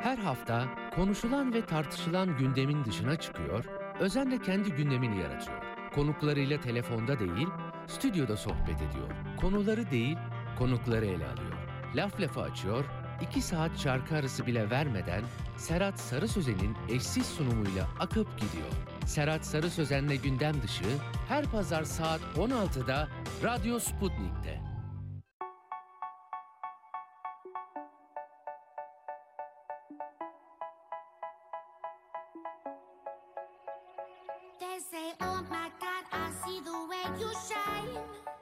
Her hafta konuşulan ve tartışılan gündemin dışına çıkıyor, özenle kendi gündemini yaratıyor. Konuklarıyla telefonda değil, stüdyoda sohbet ediyor. Konuları değil, konukları ele alıyor. Laf lafı açıyor, 2 saat şarkı arası bile vermeden Serhat Sarı Sözen'in eşsiz sunumuyla akıp gidiyor. Serhat Sarı Sözen'le gündem dışı her pazar saat 16'da Radyo Sputnik'te. They say, oh my God, I see the way you shine.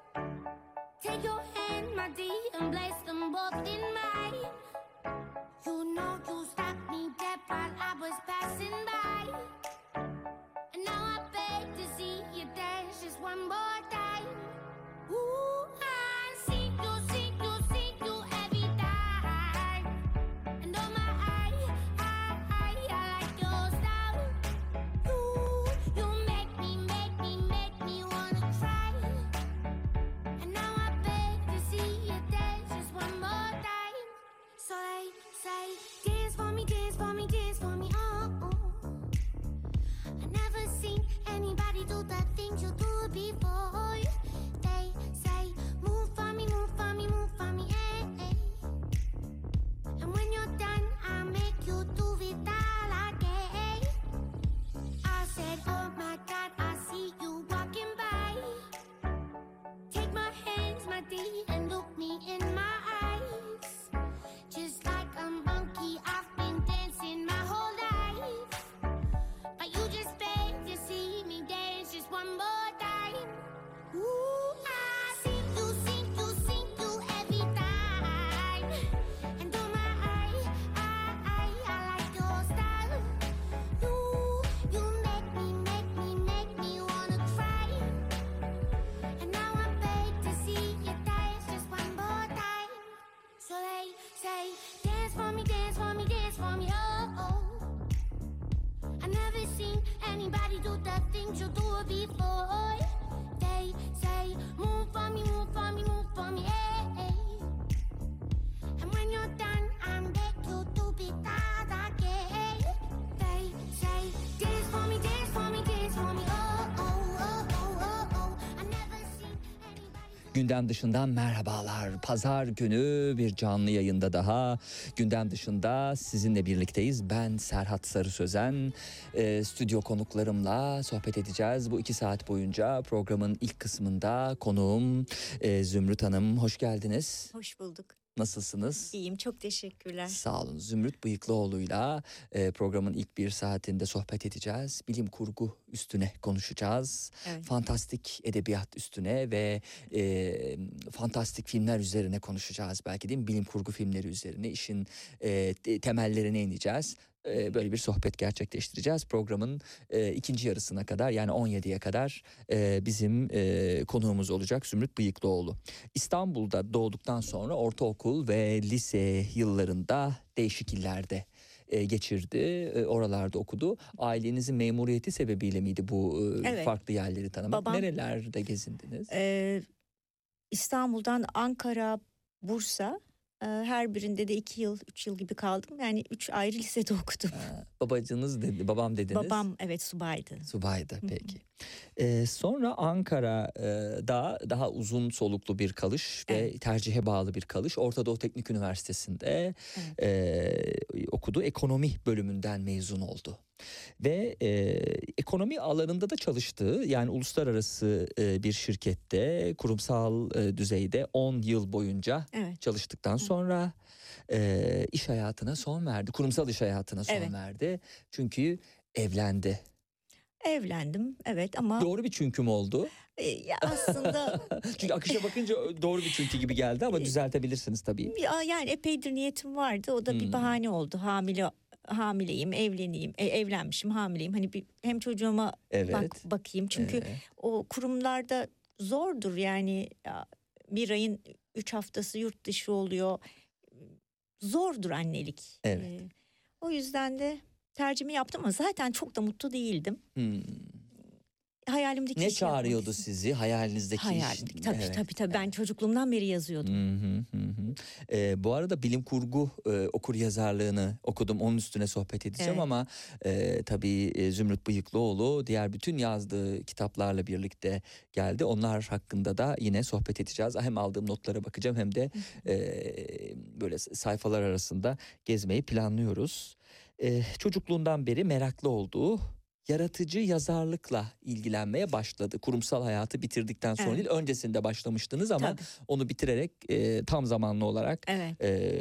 Take your hand, my dear, and place them both in mine. You know you stopped me dead while I was passing by. And now I beg to see you dance just one more time. Ooh, I see you every time. And oh my, I like your style. You make me wanna cry. And now I beg to see you dance just one more time. So they say, dance for me, dance for me, dance for me, oh, oh. I never seen anybody do the things you do before. They say, move for me, move for me, move for me, eh, eh. And when you're done, I'll make you do it all again. I said, oh my God, I see you walking by. Take my hands, my dear, and look me in my eyes. Just like a monkey, I've been dancing my whole life. But you just beg to see me dance just one more time. Ooh, I see you every time. And oh my, I like your style. You make me wanna cry. And now I beg to see you dance just one more time. So they say, dance for me, dance for me, dance for me, oh, oh. I never seen anybody do the things you do before. They say, move for me, move for me, move for me, eh, eh. And when you're done, I'm back you do it all again. They say, dance for me, dance for me, dance for me, oh, oh, oh, oh, oh, oh. I never seen anybody. Gündem dışından merhabalar. Pazar günü bir canlı yayında daha. Gündem dışında sizinle birlikteyiz. Ben Serhat Sarı Sözen. Stüdyo konuklarımla sohbet edeceğiz. Bu 2 saat boyunca programın ilk kısmında konuğum Zümrüt Hanım. Hoş geldiniz. Hoş bulduk. Nasılsınız? İyiyim, çok teşekkürler. Sağ olun. Zümrüt Bıyıklıoğlu'yla programın ilk 1 saatinde sohbet edeceğiz. Bilim kurgu üstüne konuşacağız. Evet. Fantastik edebiyat üstüne ve fantastik filmler üzerine konuşacağız. Belki değil mi? Bilim kurgu filmleri üzerine işin temellerine ineceğiz. Böyle bir sohbet gerçekleştireceğiz. Programın ikinci yarısına kadar, yani 17'ye kadar bizim konuğumuz olacak Zümrüt Bıyıklıoğlu. İstanbul'da doğduktan sonra ortaokul ve lise yıllarında değişik illerde geçirdi. Oralarda okudu. Ailenizin memuriyeti sebebiyle miydi bu Evet. farklı yerleri tanımak? Babam- Nerelerde gezindiniz? İstanbul'dan Ankara, Bursa, her birinde de 2 yıl, 3 yıl gibi kaldım. Yani 3 ayrı lisede okudum. Babacınız dedi, babam dediniz. Babam evet subaydı. Subaydı peki. Sonra Ankara'da daha uzun soluklu bir kalış ve tercihe bağlı bir kalış. Orta Doğu Teknik Üniversitesi'nde okudu. Ekonomi bölümünden mezun oldu. Ve ekonomi alanında da çalıştığı, yani uluslararası bir şirkette kurumsal düzeyde 10 yıl boyunca Evet. çalıştıktan sonra iş hayatına son verdi. Kurumsal iş hayatına son Evet. verdi. Çünkü evlendi. Evlendim evet ama Doğru bir çünkü mü oldu? ya aslında Çünkü akışa bakınca doğru bir çünkü gibi geldi ama düzeltebilirsiniz tabii. yani epeydir niyetim vardı. O da bir bahane oldu. Hamileyim, evleneyim, evlenmişim, hamileyim. Hani hem çocuğuma Evet. bakayım. Çünkü o kurumlarda zordur yani, bir ayın 3 haftası yurt dışı oluyor. Zordur annelik. Evet. O yüzden de tercihimi yaptım ama zaten çok da mutlu değildim. hayalimdeki Ne işi yapmak çağırıyordu istedim. sizi hayalinizdeki iş? Hayalimdeki tabii Evet. tabii ben çocukluğumdan beri yazıyordum. Hı hı, hı hı. Bu arada bilim kurgu okur yazarlığını okudum. Onun üstüne sohbet edeceğim Evet. ama tabii Zümrüt Bıyıklıoğlu diğer bütün yazdığı kitaplarla birlikte geldi. Onlar hakkında da yine sohbet edeceğiz. Hem aldığım notlara bakacağım hem de böyle sayfalar arasında gezmeyi planlıyoruz. Çocukluğundan beri meraklı olduğu yaratıcı yazarlıkla ilgilenmeye başladı. Kurumsal hayatı bitirdikten sonra Evet. değil, öncesinde başlamıştınız ama Tabii. onu bitirerek tam zamanlı olarak Evet.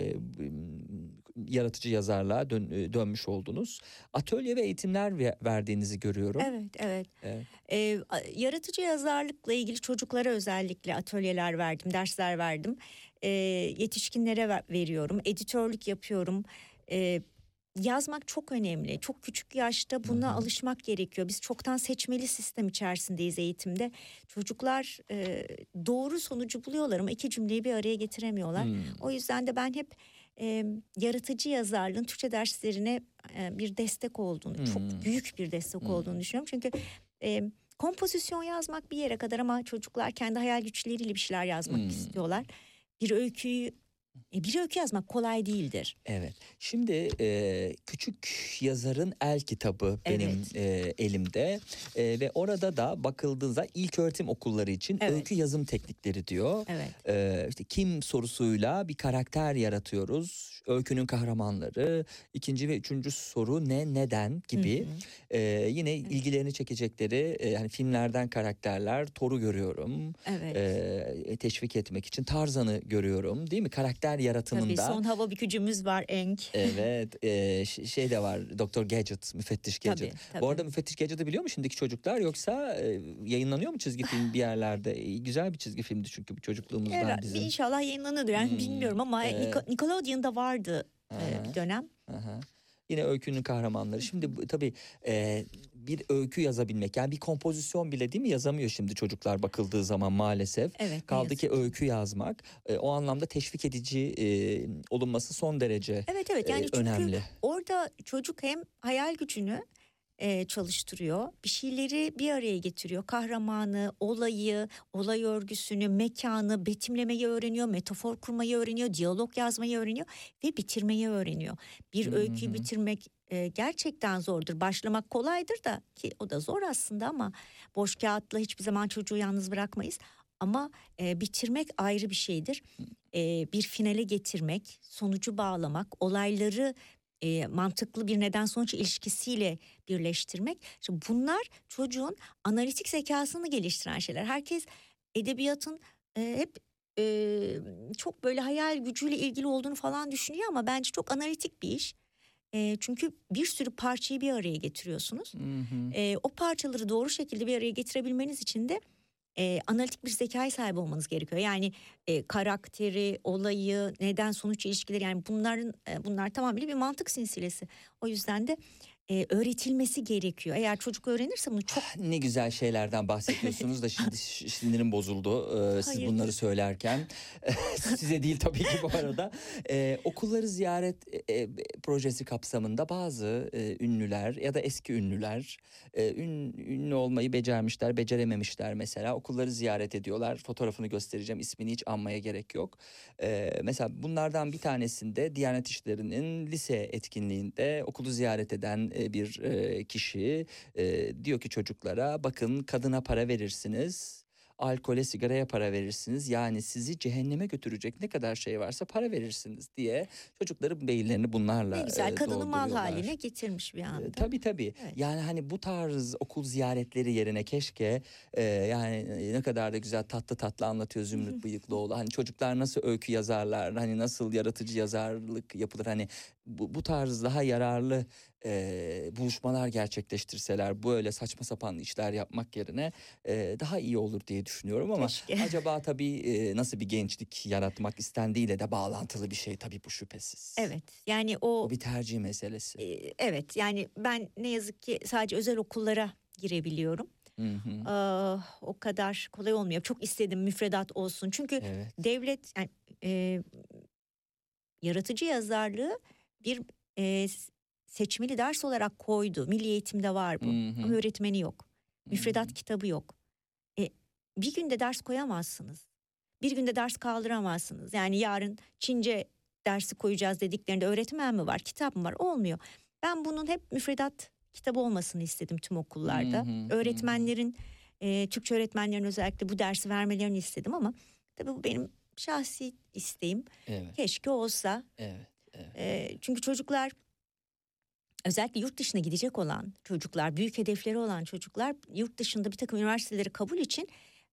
yaratıcı yazarlığa dönmüş oldunuz. Atölye ve eğitimler verdiğinizi görüyorum. Evet, evet. Evet. Yaratıcı yazarlıkla ilgili çocuklara özellikle atölyeler verdim, dersler verdim. Yetişkinlere veriyorum, editörlük yapıyorum. Yazmak çok önemli. Çok küçük yaşta buna alışmak gerekiyor. Biz çoktan seçmeli sistem içerisindeyiz eğitimde. Çocuklar doğru sonucu buluyorlar ama iki cümleyi bir araya getiremiyorlar. O yüzden de ben hep yaratıcı yazarlığın Türkçe derslerine bir destek olduğunu, çok büyük bir destek olduğunu düşünüyorum. Çünkü kompozisyon yazmak bir yere kadar ama çocuklar kendi hayal güçleriyle bir şeyler yazmak istiyorlar. Bir öykü yazmak kolay değildir. Evet. Şimdi Küçük Yazarın El kitabı benim elimde ve orada da bakıldığında ilköğretim okulları için öykü yazım teknikleri diyor. Evet. İşte kim sorusuyla bir karakter yaratıyoruz. Öykünün kahramanları. İkinci ve üçüncü soru ne, neden gibi. Yine ilgilerini çekecekleri hani filmlerden karakterler. Thor'u görüyorum. Evet. Teşvik etmek için Tarzan'ı görüyorum, değil mi? Karakter yaratımında. Tabii son hava bükücümüz var Enk. Evet, şey de var, Doktor Gadget, Müfettiş Gadget. Tabii. Bu arada Müfettiş Gadget'ı biliyor mu şimdiki çocuklar, yoksa yayınlanıyor mu çizgi film bir yerlerde? Güzel bir çizgi filmdi çünkü bu çocukluğumuzdan bizim. İnşallah yayınlanıyordur yani bilmiyorum ama Nickelodeon'da vardı bir dönem. Yine öykünün kahramanları. Şimdi tabii bir öykü yazabilmek, yani bir kompozisyon bile değil mi yazamıyor şimdi çocuklar bakıldığı zaman maalesef. Evet, Kaldı ki öykü yazmak. O anlamda teşvik edici olunması son derece evet yani önemli. Çünkü orada çocuk hem hayal gücünü çalıştırıyor. Bir şeyleri bir araya getiriyor. Kahramanı, olayı, olay örgüsünü, mekanı betimlemeyi öğreniyor. Metafor kurmayı öğreniyor. Diyalog yazmayı öğreniyor ve bitirmeyi öğreniyor. Bir öyküyü bitirmek gerçekten zordur. Başlamak kolaydır da, ki o da zor aslında, ama boş kağıtla hiçbir zaman çocuğu yalnız bırakmayız. Ama bitirmek ayrı bir şeydir. Bir finale getirmek, sonucu bağlamak, olayları mantıklı bir neden sonuç ilişkisiyle birleştirmek. Şimdi bunlar çocuğun analitik zekasını geliştiren şeyler. Herkes edebiyatın hep çok böyle hayal gücüyle ilgili olduğunu falan düşünüyor ama bence çok analitik bir iş. Çünkü bir sürü parçayı bir araya getiriyorsunuz. O parçaları doğru şekilde bir araya getirebilmeniz için de analitik bir zekaya sahip olmanız gerekiyor. Yani karakteri, olayı, neden sonuç ilişkileri, yani bunlar tamamıyla bir mantık silsilesi. O yüzden de öğretilmesi gerekiyor. Eğer çocuk öğrenirse bunu çok... Ne güzel şeylerden bahsediyorsunuz da şimdi sinirim bozuldu siz Hayır. bunları söylerken. Size değil tabii ki bu arada. Okulları ziyaret projesi kapsamında bazı ünlüler ya da eski ünlüler ünlü olmayı becermişler, becerememişler mesela. Okulları ziyaret ediyorlar. Fotoğrafını göstereceğim. İsmini hiç anmaya gerek yok. Mesela bunlardan bir tanesinde Diyanet İşleri'nin lise etkinliğinde okulu ziyaret eden bir kişi diyor ki çocuklara, bakın kadına para verirsiniz, alkole, sigaraya para verirsiniz, yani sizi cehenneme götürecek ne kadar şey varsa para verirsiniz diye çocukların beyinlerini bunlarla Ne güzel, kadını mal dolduruyorlar. haline getirmiş bir anda. Tabii. Evet. Yani hani bu tarz okul ziyaretleri yerine keşke yani ne kadar da güzel tatlı anlatıyor Zümrüt Bıyıklıoğlu. Hani çocuklar nasıl öykü yazarlar, hani nasıl yaratıcı yazarlık yapılır, hani bu tarz daha yararlı buluşmalar gerçekleştirseler, böyle saçma sapan işler yapmak yerine daha iyi olur diye düşünüyorum ama Keşke. acaba tabii nasıl bir gençlik yaratmak istendiğiyle de bağlantılı bir şey tabii bu, şüphesiz. Evet, yani Bu bir tercih meselesi. evet, yani ben ne yazık ki sadece özel okullara girebiliyorum. O kadar kolay olmuyor. Çok istedim müfredat olsun. Çünkü devlet yani, yaratıcı yazarlığı bir seçmeli ders olarak koydu. Milli eğitimde var bu. Ama öğretmeni yok. Müfredat kitabı yok. Bir günde ders koyamazsınız. Bir günde ders kaldıramazsınız. Yani yarın Çince dersi koyacağız dediklerinde öğretmen mi var, kitap mı var? Olmuyor. Ben bunun hep müfredat kitabı olmasını istedim tüm okullarda. Öğretmenlerin, Türkçe öğretmenlerin özellikle bu dersi vermelerini istedim ama tabii bu benim şahsi isteğim. Evet. Keşke olsa. Evet. Çünkü çocuklar, özellikle yurt dışına gidecek olan çocuklar, büyük hedefleri olan çocuklar yurt dışında bir takım üniversitelere kabul için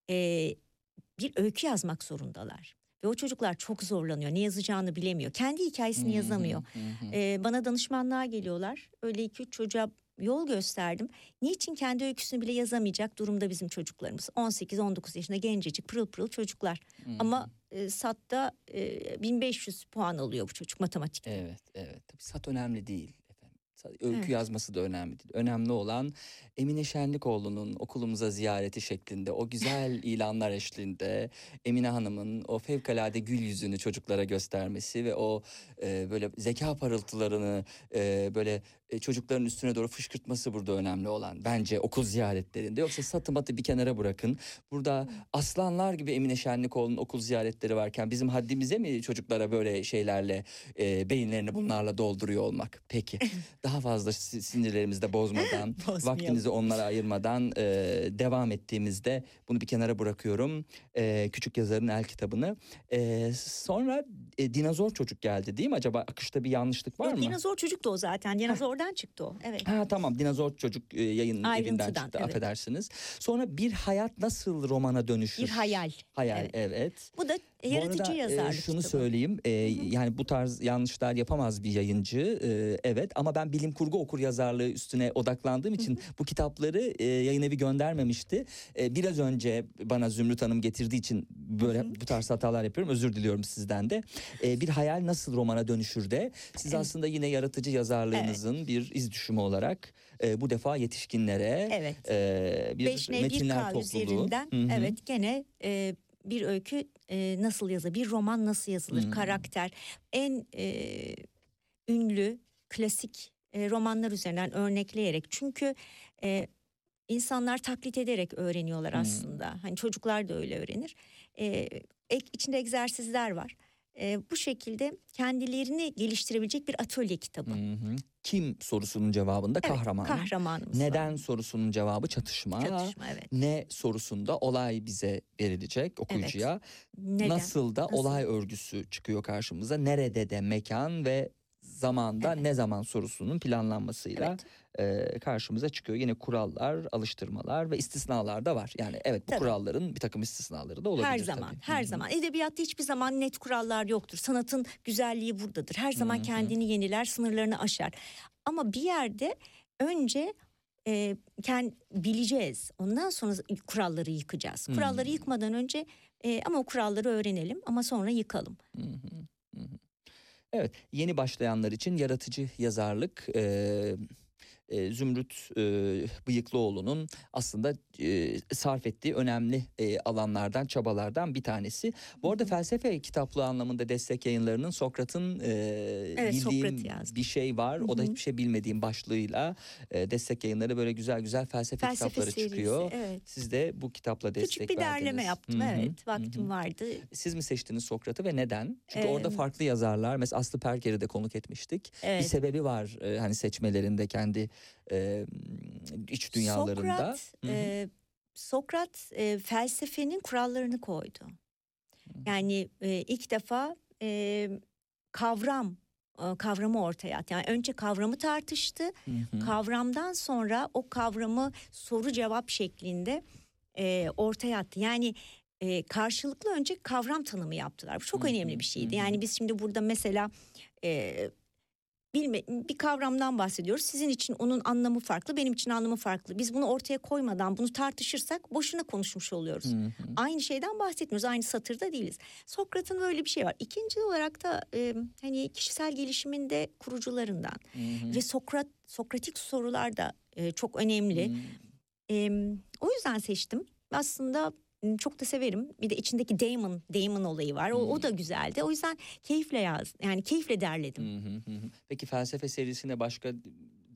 bir öykü yazmak zorundalar. Ve o çocuklar çok zorlanıyor. Ne yazacağını bilemiyor. Kendi hikayesini yazamıyor. Bana danışmanlığa geliyorlar. Öyle 2-3 çocuğa yol gösterdim. Niçin kendi öyküsünü bile yazamayacak durumda bizim çocuklarımız? 18-19 yaşında gencecik pırıl pırıl çocuklar. Ama SAT'ta 1500 puan alıyor bu çocuk matematikte. Evet. Tabii SAT önemli değil. Öykü yazması da önemli değil. Önemli olan Emine Şenlikoğlu'nun okulumuza ziyareti şeklinde, o güzel ilanlar eşliğinde Emine Hanım'ın o fevkalade gül yüzünü çocuklara göstermesi ve o böyle zeka parıltılarını böyle çocukların üstüne doğru fışkırtması burada önemli olan. Bence okul ziyaretlerinde. Yoksa satı matı bir kenara bırakın. Burada aslanlar gibi Emine Şenlikoğlu'nun okul ziyaretleri varken bizim haddimize mi çocuklara böyle şeylerle beyinlerini bunlarla dolduruyor olmak? Peki. Daha fazla sinirlerimizi de bozmadan, vaktimizi onlara ayırmadan devam ettiğimizde bunu bir kenara bırakıyorum. Küçük Yazarın El kitabını. Sonra Dinozor Çocuk geldi değil mi? Acaba akışta bir yanlışlık var mı? Dinozor Çocuk da o zaten. Dinozor'dan çıktı o. Evet. Tamam, Dinozor Çocuk yayın evinden çıktı, evet. Affedersiniz. Sonra Bir Hayat Nasıl romana dönüşür? Bir hayal. Evet. Bu da yaratıcı yazarlık şunu kitabı. söyleyeyim, yani bu tarz yanlışlar yapamaz bir yayıncı, evet, ama ben bilim kurgu okur yazarlığı üstüne odaklandığım için bu kitapları yayın evi göndermemişti. Biraz önce bana Zümrüt Hanım getirdiği için böyle bu tarz hatalar yapıyorum, özür diliyorum sizden de. Bir Hayal Nasıl romana dönüşür de siz aslında yine yaratıcı yazarlığınızın bir iz düşümü olarak bu defa yetişkinlere bir 5 nev metinler 1K topluluğu. üzerinden evet gene bir öykü nasıl yazılır, bir roman nasıl yazılır, karakter, en ünlü klasik romanlar üzerinden örnekleyerek, çünkü insanlar taklit ederek öğreniyorlar aslında. Hani çocuklar da öyle öğrenir. İçinde egzersizler var. Bu şekilde kendilerini geliştirebilecek bir atölye kitabı. Kim sorusunun cevabında kahraman. Kahramanımız Neden var. sorusunun cevabı çatışma. Evet. Ne sorusunda olay bize verilecek okuyucuya. Neden? Nasıl da olay örgüsü çıkıyor karşımıza. Nerede de mekan ve zamanda ne zaman sorusunun planlanmasıyla karşımıza çıkıyor. Yine kurallar, alıştırmalar ve istisnalar da var. Yani evet, bu kuralların bir takım istisnaları da olabilir. Her zaman. Edebiyatta hiçbir zaman net kurallar yoktur. Sanatın güzelliği buradadır. Her zaman kendini yeniler, sınırlarını aşar. Ama bir yerde önce bileceğiz. Ondan sonra kuralları yıkacağız. Kuralları yıkmadan önce ama o kuralları öğrenelim ama sonra yıkalım. Evet, yeni başlayanlar için yaratıcı yazarlık, Zümrüt Bıyıklıoğlu'nun aslında sarf ettiği önemli alanlardan, çabalardan bir tanesi. Bu arada felsefe kitaplığı anlamında Destek Yayınları'nın Sokrat'ın bildiğim bir şey var. O da hiçbir şey bilmediğim başlığıyla Destek Yayınları böyle güzel güzel felsefe kitapları serisi çıkıyor. Evet. Siz de bu kitapla destek verdiniz. Küçük bir derleme yaptım. Evet, vaktim vardı. Siz mi seçtiniz Sokrat'ı ve neden? Çünkü orada farklı yazarlar, mesela Aslı Perker'i de konuk etmiştik. Bir sebebi var hani seçmelerinde, kendi iç dünyalarında. Sokrat felsefenin kurallarını koydu. Yani ilk defa kavramı ortaya attı. Yani önce kavramı tartıştı. Kavramdan sonra o kavramı soru cevap şeklinde ortaya attı. Yani karşılıklı önce kavram tanımı yaptılar. Bu çok önemli bir şeydi. Yani biz şimdi burada mesela bir kavramdan bahsediyoruz. Sizin için onun anlamı farklı, benim için anlamı farklı. Biz bunu ortaya koymadan bunu tartışırsak boşuna konuşmuş oluyoruz. Aynı şeyden bahsetmiyoruz. Aynı satırda değiliz. Sokrat'ın böyle bir şey var. İkinci olarak da hani kişisel gelişiminde kurucularından ve Sokratik sorular da çok önemli. O yüzden seçtim. Aslında çok da severim. Bir de içindeki Damon olayı var. O da güzeldi. O yüzden keyifle keyifle derledim. Peki felsefe serisine başka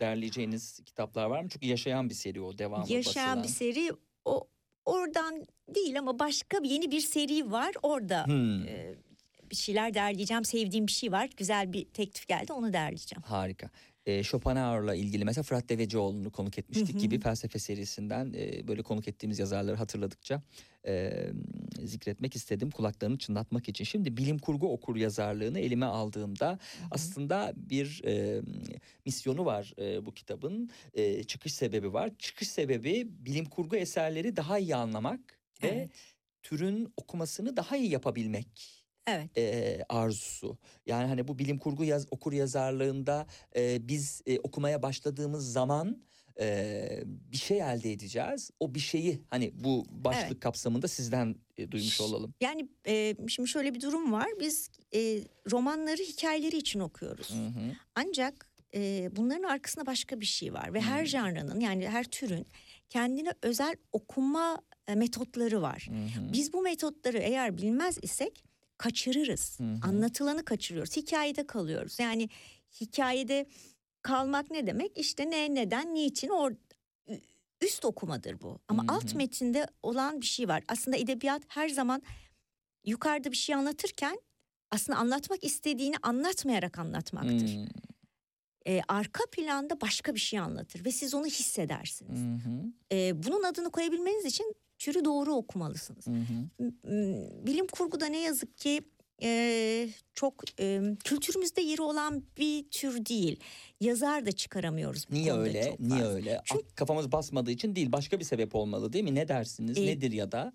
derleyeceğiniz kitaplar var mı? Çünkü yaşayan bir seri o, devamı Yaşayan basılan. bir seri, o oradan değil ama başka yeni bir seri var orada. Bir şeyler derleyeceğim, sevdiğim bir şey var, güzel bir teklif geldi, onu derleyeceğim. Harika. Schopenhauer'la ilgili mesela Fırat Devecioğlu'nu konuk etmiştik gibi felsefe serisinden böyle konuk ettiğimiz yazarları hatırladıkça zikretmek istedim kulaklarını çınlatmak için. Şimdi bilim kurgu okur yazarlığını elime aldığımda aslında bir misyonu var bu kitabın. Çıkış sebebi var. Çıkış sebebi bilim kurgu eserleri daha iyi anlamak ve türün okumasını daha iyi yapabilmek. Evet. Arzusu. Yani hani bu bilim kurgu okur yazarlığında biz okumaya başladığımız zaman bir şey elde edeceğiz. O bir şeyi hani bu başlık kapsamında sizden duymuş olalım. Yani şimdi şöyle bir durum var. Biz romanları hikayeleri için okuyoruz. Ancak bunların arkasında başka bir şey var. Ve her janrının, yani her türün kendine özel okuma metotları var. Biz bu metotları eğer bilmez isek kaçırırız. Anlatılanı kaçırıyoruz. Hikayede kalıyoruz. Yani hikayede kalmak ne demek? İşte ne, neden, niçin, üst okumadır bu. Ama alt metinde olan bir şey var. Aslında edebiyat her zaman yukarıda bir şey anlatırken aslında anlatmak istediğini anlatmayarak anlatmaktır. Arka planda başka bir şey anlatır ve siz onu hissedersiniz. Bunun adını koyabilmeniz için türü doğru okumalısınız. Bilim kurguda ne yazık ki çok kültürümüzde yeri olan bir tür değil. Yazar da çıkaramıyoruz. Niye öyle? Niye öyle? Çünkü kafamız basmadığı için değil, başka bir sebep olmalı değil mi? Ne dersiniz? Nedir ya da?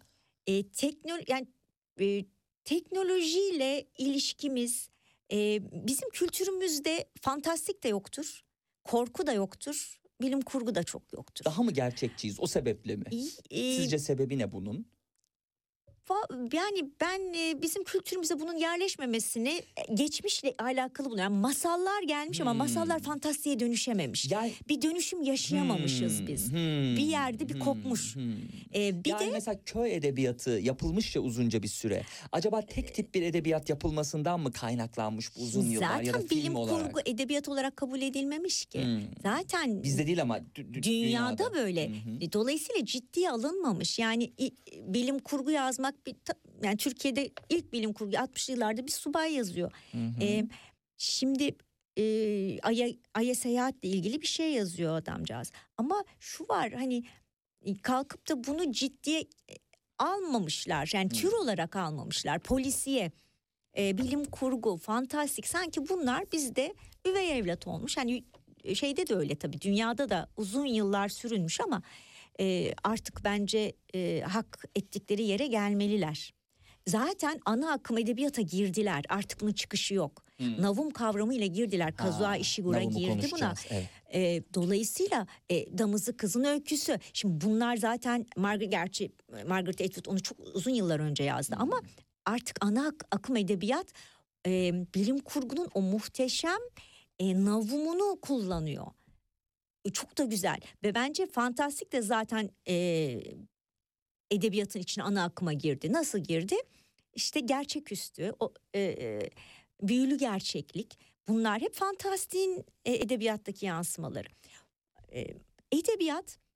Teknolojiyle ilişkimiz, bizim kültürümüzde fantastik de yoktur, korku da yoktur. Bilim kurgu da çok yoktur. Daha mı gerçekçiyiz o sebeple mi? Sizce sebebi ne bunun? Yani ben bizim kültürümüze bunun yerleşmemesini geçmişle alakalı buluyorum. Yani masallar gelmiş ama masallar fantastiğe dönüşememiş. Bir dönüşüm yaşayamamışız biz. Bir yerde bir kopmuş. Yani mesela köy edebiyatı yapılmış ya uzunca bir süre. Acaba tek tip bir edebiyat yapılmasından mı kaynaklanmış bu uzun yıllar ya da zaten film bilim olarak? kurgu edebiyat olarak kabul edilmemiş ki. Zaten bizde değil ama dünyada böyle. Dolayısıyla ciddiye alınmamış. Yani bilim kurgu yazmak, yani Türkiye'de ilk bilim kurgu 60'lı yıllarda bir subay yazıyor. Şimdi Ay'a seyahatle ilgili bir şey yazıyor adamcağız. Ama şu var, hani kalkıp da bunu ciddiye almamışlar. Yani tür olarak almamışlar. Polisiye, bilim kurgu, fantastik, sanki bunlar bizde üvey evlat olmuş. Hani şeyde de öyle tabii, dünyada da uzun yıllar sürünmüş ama artık bence hak ettikleri yere gelmeliler. Zaten ana akım edebiyata girdiler. Artık bunun çıkışı yok. Navum kavramıyla girdiler. Kazuo Ishiguro girdi buna. Evet. Dolayısıyla Damızı Kızın Öyküsü. Şimdi bunlar zaten Margaret Atwood onu çok uzun yıllar önce yazdı. Ama artık ana akım edebiyat bilim kurgunun o muhteşem navumunu kullanıyor. Çok da güzel ve bence fantastik de zaten edebiyatın içine ana akıma girdi. Nasıl girdi? İşte gerçeküstü, büyülü gerçeklik, bunlar hep fantastiğin edebiyattaki yansımaları. Edebiyat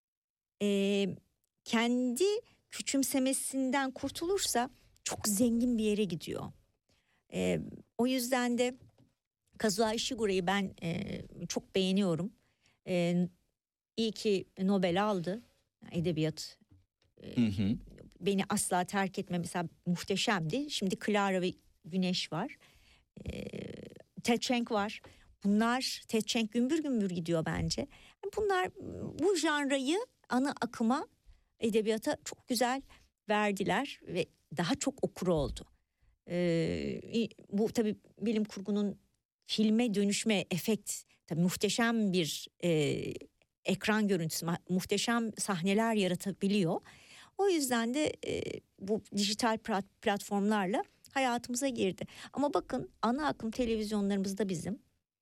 kendi küçümsemesinden kurtulursa çok zengin bir yere gidiyor. O yüzden de Kazuo Ishiguro'yu ben çok beğeniyorum. İyi ki Nobel aldı. Edebiyat beni asla terk etme mesela muhteşemdi. Şimdi Clara ve Güneş var. Ted Chiang var. Bunlar, Ted Chiang gümbür gümbür gidiyor bence. Bunlar bu janrayı ana akıma, edebiyata çok güzel verdiler ve daha çok okuru oldu. Bu tabii bilim kurgunun filme dönüşme efekt, tabii muhteşem bir ekran görüntüsü, muhteşem sahneler yaratabiliyor. O yüzden de bu dijital platformlarla hayatımıza girdi. Ama bakın ana akım televizyonlarımızda bizim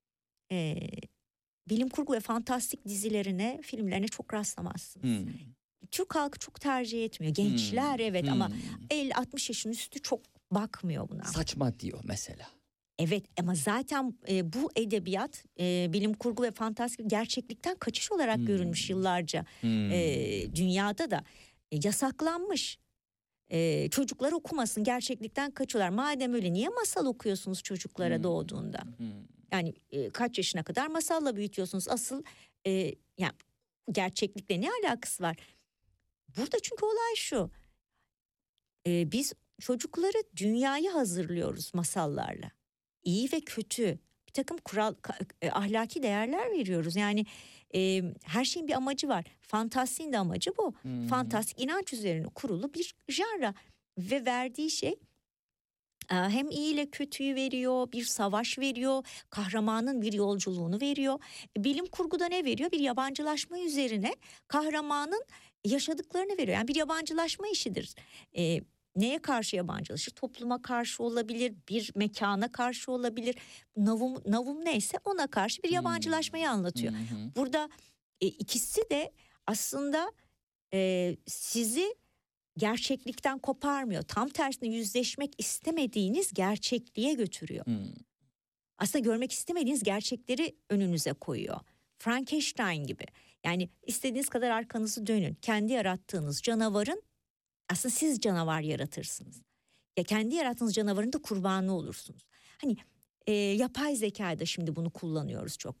bilim kurgu ve fantastik dizilerine, filmlerine çok rastlamazsınız. Türk halkı çok tercih etmiyor. Gençler evet ama 50-60 yaşın üstü çok bakmıyor buna. Saçma diyor mesela. Evet ama zaten bu edebiyat bilim kurgu ve fantastik gerçeklikten kaçış olarak görülmüş yıllarca. Dünyada da yasaklanmış. Çocuklar okumasın, gerçeklikten kaçıyorlar. Madem öyle niye masal okuyorsunuz çocuklara doğduğunda? Yani kaç yaşına kadar masalla büyütüyorsunuz? Asıl yani gerçeklikle ne alakası var? Burada çünkü olay şu. Biz çocukları dünyayı hazırlıyoruz masallarla. İyi ve kötü bir takım ahlaki değerler veriyoruz. Yani her şeyin bir amacı var. Fantastiğin de amacı bu. Fantastik inanç üzerine kurulu bir janra ve verdiği şey hem iyi ile kötüyü veriyor, bir savaş veriyor, kahramanın bir yolculuğunu veriyor. Bilim kurguda ne veriyor? Bir yabancılaşma üzerine kahramanın yaşadıklarını veriyor. Yani bir yabancılaşma işidir. Neye karşı yabancılaşır? Topluma karşı olabilir, bir mekana karşı olabilir. Navum neyse ona karşı bir yabancılaşmayı anlatıyor. Burada ikisi de aslında sizi gerçeklikten koparmıyor. Tam tersine yüzleşmek istemediğiniz gerçekliğe götürüyor. Aslında görmek istemediğiniz gerçekleri önünüze koyuyor. Frankenstein gibi. Yani istediğiniz kadar arkanızı dönün. Kendi yarattığınız canavarın aslında siz canavar yaratırsınız. Ya kendi yarattığınız canavarın da kurbanı olursunuz. Hani yapay zekada şimdi bunu kullanıyoruz çok.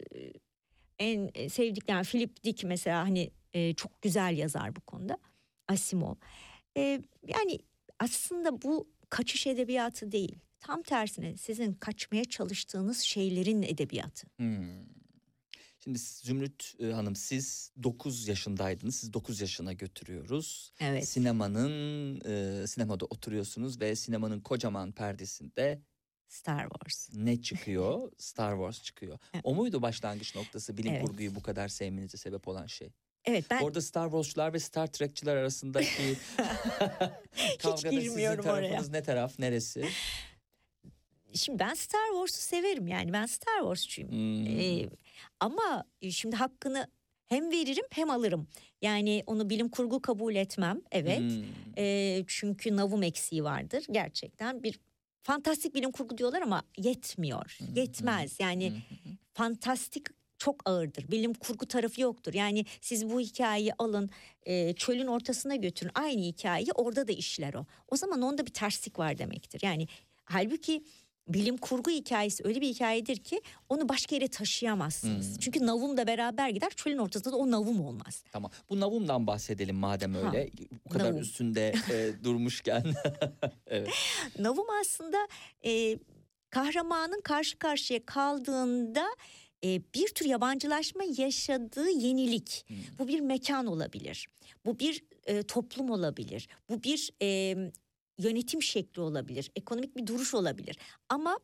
En sevdiklerim Philip Dick mesela hani çok güzel yazar bu konuda. Asimov. Yani aslında bu kaçış edebiyatı değil. Tam tersine sizin kaçmaya çalıştığınız şeylerin edebiyatı. Şimdi Zümrüt Hanım siz 9 yaşındaydınız. Siz 9 yaşına götürüyoruz. Evet. Sinemada oturuyorsunuz ve sinemanın kocaman perdesinde Star Wars. ne çıkıyor? Star Wars çıkıyor. O muydu başlangıç noktası bilim kurguyu bu kadar sevmenize sebep olan şey? Evet ben... Orada Star Wars'çular ve Star Trek'çiler arasındaki kavgada sizin tarafınız ne taraf, neresi? Şimdi ben Star Wars'u severim yani ben Star Wars'çuyum. Ama şimdi hakkını hem veririm hem alırım. Yani onu bilim kurgu kabul etmem evet. Çünkü navum eksiği vardır gerçekten bir fantastik bilim kurgu diyorlar ama yetmiyor. Yetmez yani fantastik çok ağırdır. Bilim kurgu tarafı yoktur. Yani siz bu hikayeyi alın çölün ortasına götürün. Aynı hikayeyi orada da işler o. O zaman onda bir terslik var demektir. Yani halbuki bilim kurgu hikayesi öyle bir hikayedir ki onu başka yere taşıyamazsınız. Çünkü navum da beraber gider. Çölün ortasında da o navum olmaz. Tamam. Bu navumdan bahsedelim madem öyle. Bu kadar navum üstünde durmuşken. Evet. Navum aslında kahramanın karşı karşıya kaldığında bir tür yabancılaşma yaşadığı yenilik. Bu bir mekan olabilir. Bu bir toplum olabilir. Bu bir yönetim şekli olabilir. Ekonomik bir duruş olabilir. Ama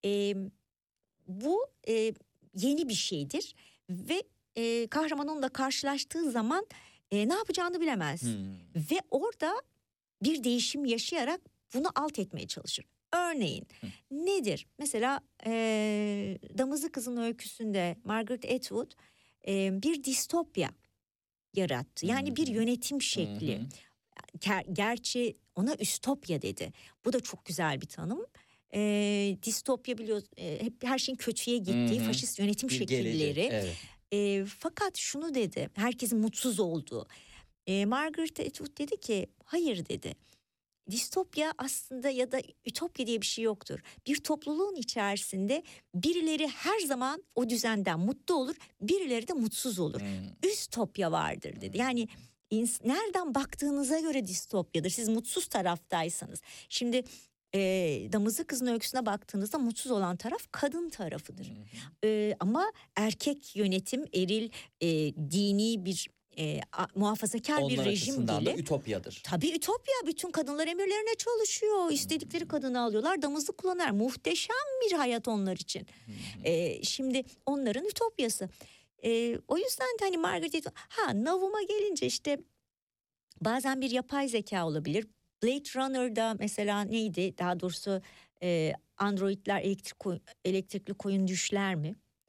bu yeni bir şeydir. Ve kahraman onunla karşılaştığı zaman ne yapacağını bilemez. Ve orada bir değişim yaşayarak bunu alt etmeye çalışır. Örneğin nedir? Mesela Damızlı Kızın öyküsünde Margaret Atwood bir distopya yarattı. Yani bir yönetim şekli. Gerçi ona ütopya dedi. Bu da çok güzel bir tanım. Distopya biliyoruz hep her şeyin kötüye gittiği faşist yönetim şekilleri. Evet. Fakat şunu dedi, herkesin mutsuz olduğu. Margaret Atwood dedi ki hayır dedi. Distopya aslında ya da ütopya diye bir şey yoktur. Bir topluluğun içerisinde birileri her zaman o düzenden mutlu olur, birileri de mutsuz olur. Ütopya vardır dedi. Yani nereden baktığınıza göre distopyadır. Siz mutsuz taraftaysanız. Şimdi Damızlı Kızın öyküsüne baktığınızda mutsuz olan taraf kadın tarafıdır. Ama erkek yönetim, eril, dini bir muhafazakar onlar bir rejim da ütopyadır. Tabii ütopya. Bütün kadınlar emirlerine çalışıyor. İstedikleri kadını alıyorlar. Damızlık kullanır. Muhteşem bir hayat onlar için. Şimdi onların ütopyası. O yüzden de hani Margaret Navum'a gelince işte bazen bir yapay zeka olabilir. Blade Runner'da mesela neydi? Daha doğrusu androidler elektrikli koyun düşler mi?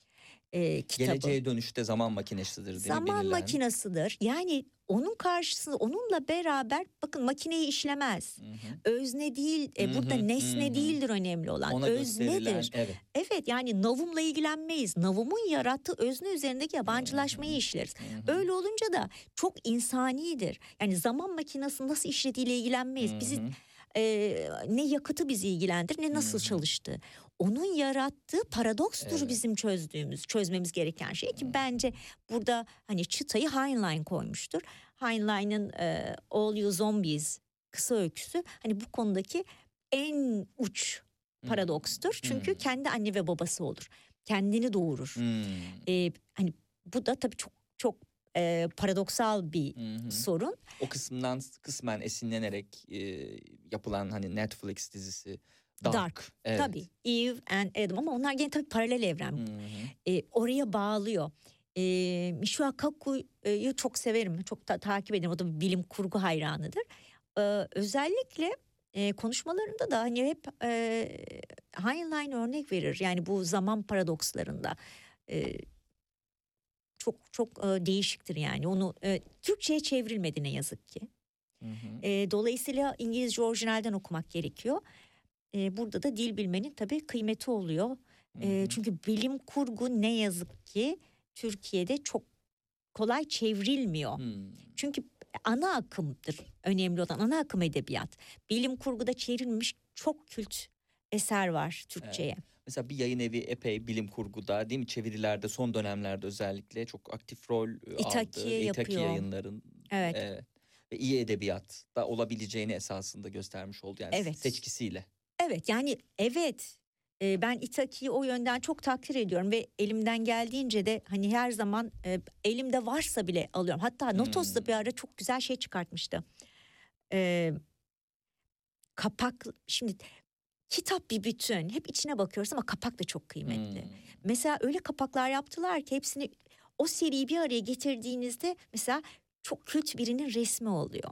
kitabı. Geleceğe dönüşte zaman makinesidir değil mi? Zaman Binilen. makinasıdır. Yani onun karşısında onunla beraber bakın makineyi işlemez. Hı hı. Özne değil, burada nesne değildir önemli olan. Ona gösterilen, öznedir. evet. Evet, yani navumla ilgilenmeyiz. Navumun yarattığı özne üzerindeki yabancılaşmayı işleriz. Öyle olunca da çok insanidir. Yani zaman makinesi nasıl işlediğiyle ilgilenmeyiz. Bizi ne yakıtı bizi ilgilendirir ne nasıl çalıştığı. Onun yarattığı paradokstur Evet. bizim çözmemiz gereken şey ki bence burada hani çıtayı Heinlein koymuştur. Heinlein'in All You Zombies kısa öyküsü hani bu konudaki en uç paradokstur. Çünkü kendi anne ve babası olur. Kendini doğurur. Hani bu da tabii çok çok paradoksal bir sorun. O kısımdan kısmen esinlenerek yapılan hani Netflix dizisi Dark. Evet. Tabii Eve and Adam ama onlar gene tabii paralel evren. Oraya bağlıyor. Michio Kaku'yu çok severim. Çok takip ederim. O da bir bilim kurgu hayranıdır. Özellikle konuşmalarında da hani hep Heinlein örnek verir. Yani bu zaman paradokslarında. Çok çok değişiktir yani. Onu Türkçe'ye çevrilmedi ne yazık ki. Dolayısıyla İngilizce orijinalden okumak gerekiyor. Burada da dil bilmenin tabii kıymeti oluyor. Çünkü bilim kurgu ne yazık ki Türkiye'de çok kolay çevrilmiyor. Çünkü ana akımdır önemli olan, ana akım edebiyat. Bilim kurguda çevrilmiş çok kült eser var Türkçe'ye. Evet. Mesela bir yayın evi epey bilim kurguda değil mi, çevirilerde son dönemlerde özellikle çok aktif rol aldı. İtaki yayınların. Evet. Ve iyi edebiyatta olabileceğini esasında göstermiş oldu yani seçkisiyle. Evet yani evet. Ben İtaki'yi o yönden çok takdir ediyorum ve elimden geldiğince de hani her zaman elimde varsa bile alıyorum. Hatta Notos'ta bir ara çok güzel şey çıkartmıştı. Kapak, şimdi kitap bir bütün, hep içine bakıyoruz ama kapak da çok kıymetli. Mesela öyle kapaklar yaptılar ki hepsini, o seriyi bir araya getirdiğinizde mesela çok kült birinin resmi oluyor.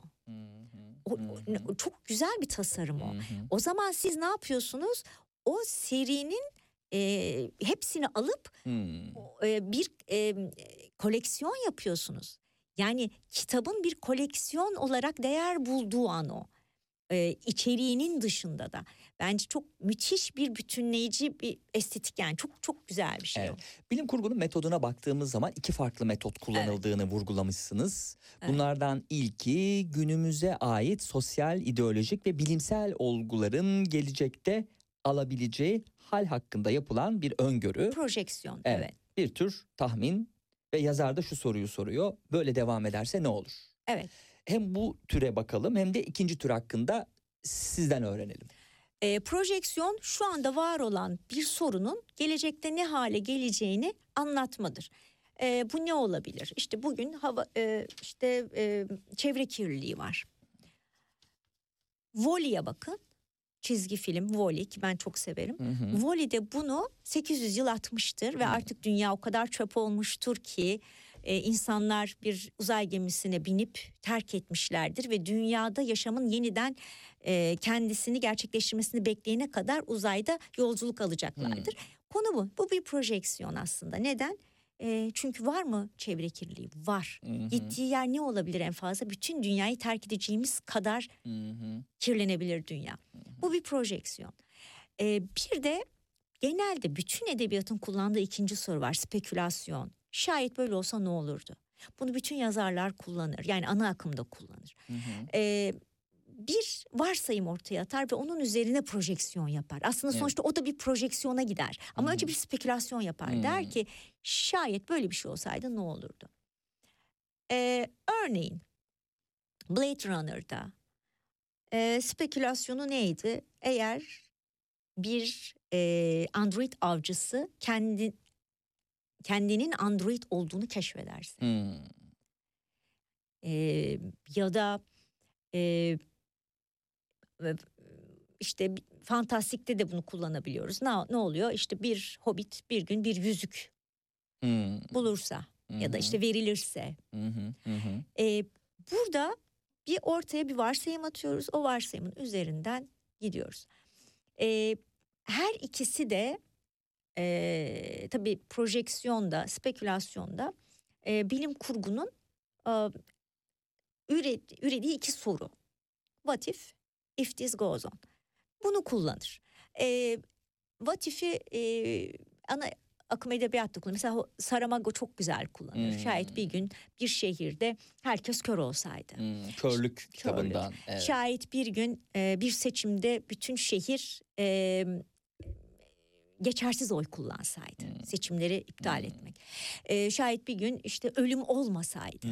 Çok güzel bir tasarım o. O zaman siz ne yapıyorsunuz? O serinin hepsini alıp bir koleksiyon yapıyorsunuz. Yani kitabın bir koleksiyon olarak değer bulduğu an o. İçeriğinin dışında da. Bence çok müthiş bir bütünleyici bir estetik, yani çok çok güzel bir şey evet. o. Bilim kurgunun metoduna baktığımız zaman 2 farklı metot kullanıldığını vurgulamışsınız. Bunlardan ilki günümüze ait sosyal, ideolojik ve bilimsel olguların gelecekte alabileceği hal hakkında yapılan bir öngörü. Projeksiyon, evet. Bir tür tahmin ve yazar da şu soruyu soruyor: böyle devam ederse ne olur? Evet. Hem bu türe bakalım hem de ikinci tür hakkında sizden öğrenelim. Projeksiyon şu anda var olan bir sorunun gelecekte ne hale geleceğini anlatmadır. Bu ne olabilir? İşte bugün çevre kirliliği var. Wall-E'ye bakın. Çizgi film Wall-E ki ben çok severim. Wall-E'de bunu 800 yıl atmıştır ve artık dünya o kadar çöp olmuştur ki insanlar bir uzay gemisine binip terk etmişlerdir ve dünyada yaşamın yeniden kendisini gerçekleştirmesini bekleyene kadar uzayda yolculuk alacaklardır. Konu bu. Bu bir projeksiyon aslında. Neden? Çünkü var mı çevre kirliliği? Var. Gittiği yer ne olabilir en fazla? Bütün dünyayı terk edeceğimiz kadar kirlenebilir dünya. Bu bir projeksiyon. Bir de genelde bütün edebiyatın kullandığı ikinci soru var: spekülasyon. Şayet böyle olsa ne olurdu? Bunu bütün yazarlar kullanır. Yani ana akımda kullanır. Bir varsayım ortaya atar ve onun üzerine projeksiyon yapar. Aslında sonuçta o da bir projeksiyona gider. Ama önce bir spekülasyon yapar. Der ki şayet böyle bir şey olsaydı ne olurdu? Örneğin Blade Runner'da spekülasyonu neydi? Eğer bir android avcısı kendinin android olduğunu keşfederse. Ya da işte fantastikte de bunu kullanabiliyoruz. Ne oluyor? İşte bir hobbit bir gün bir yüzük bulursa ya da işte verilirse. Burada ortaya bir varsayım atıyoruz. O varsayımın üzerinden gidiyoruz. Her ikisi de tabii projeksiyonda, spekülasyonda bilim kurgunun e, ürediği iki soru. What if this goes on? Bunu kullanır. What if'i ana akım edebiyatta kullanır. Mesela Saramago çok güzel kullanır. Şayet bir gün bir şehirde herkes kör olsaydı. Körlük kitabından. Evet. Şayet bir gün bir seçimde bütün şehir geçersiz oy kullansaydı. Seçimleri iptal etmek. Şayet bir gün işte ölüm olmasaydı.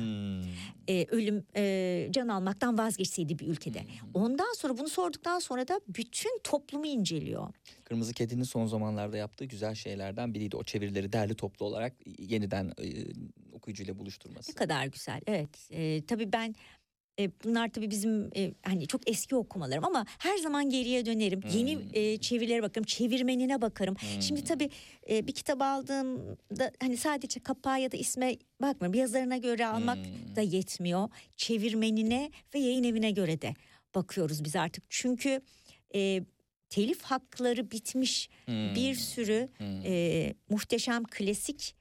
Ölüm can almaktan vazgeçseydi bir ülkede. Ondan sonra bunu sorduktan sonra da bütün toplumu inceliyor. Kırmızı Kedi'nin son zamanlarda yaptığı güzel şeylerden biriydi. O çevirileri derli toplu olarak yeniden okuyucuyla buluşturması. Ne kadar güzel. Evet. Tabii ben bunlar tabii bizim hani çok eski okumalarım ama her zaman geriye dönerim. Yeni çevirilere bakarım, çevirmenine bakarım. Şimdi tabii bir kitap aldığımda hani sadece kapağa ya da isme bakmıyorum. Yazarına göre almak da yetmiyor. Çevirmenine ve yayın evine göre de bakıyoruz biz artık. Çünkü telif hakları bitmiş bir sürü muhteşem klasik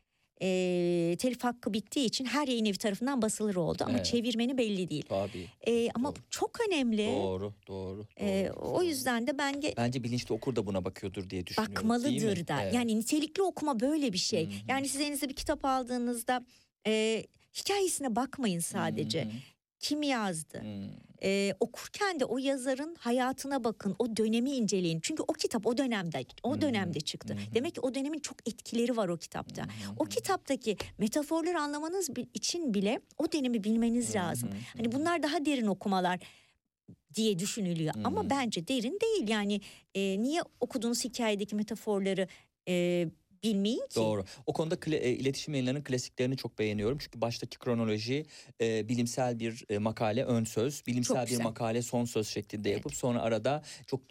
telif hakkı bittiği için her yayın evi tarafından basılır oldu ama çevirmeni belli değil. Tabii. Ama çok önemli. Doğru. O yüzden de bence bilinçli okur da buna bakıyordur diye düşünüyorum. Bakmalıdır da. Evet. Yani nitelikli okuma böyle bir şey. Yani siz elinizde bir kitap aldığınızda hikayesine bakmayın sadece. Kim yazdı? Okurken de o yazarın hayatına bakın, o dönemi inceleyin. Çünkü o kitap o dönemde çıktı. Demek ki o dönemin çok etkileri var o kitapta. O kitaptaki metaforları anlamanız için bile o dönemi bilmeniz lazım. Hani bunlar daha derin okumalar diye düşünülüyor. Ama bence derin değil. Yani niye okuduğunuz hikayedeki metaforları bilmeyin ki. Doğru. O konuda iletişim yayınlarının klasiklerini çok beğeniyorum. Çünkü baştaki kronoloji bilimsel bir makale ön söz, bilimsel bir makale son söz şeklinde yapıp sonra arada çok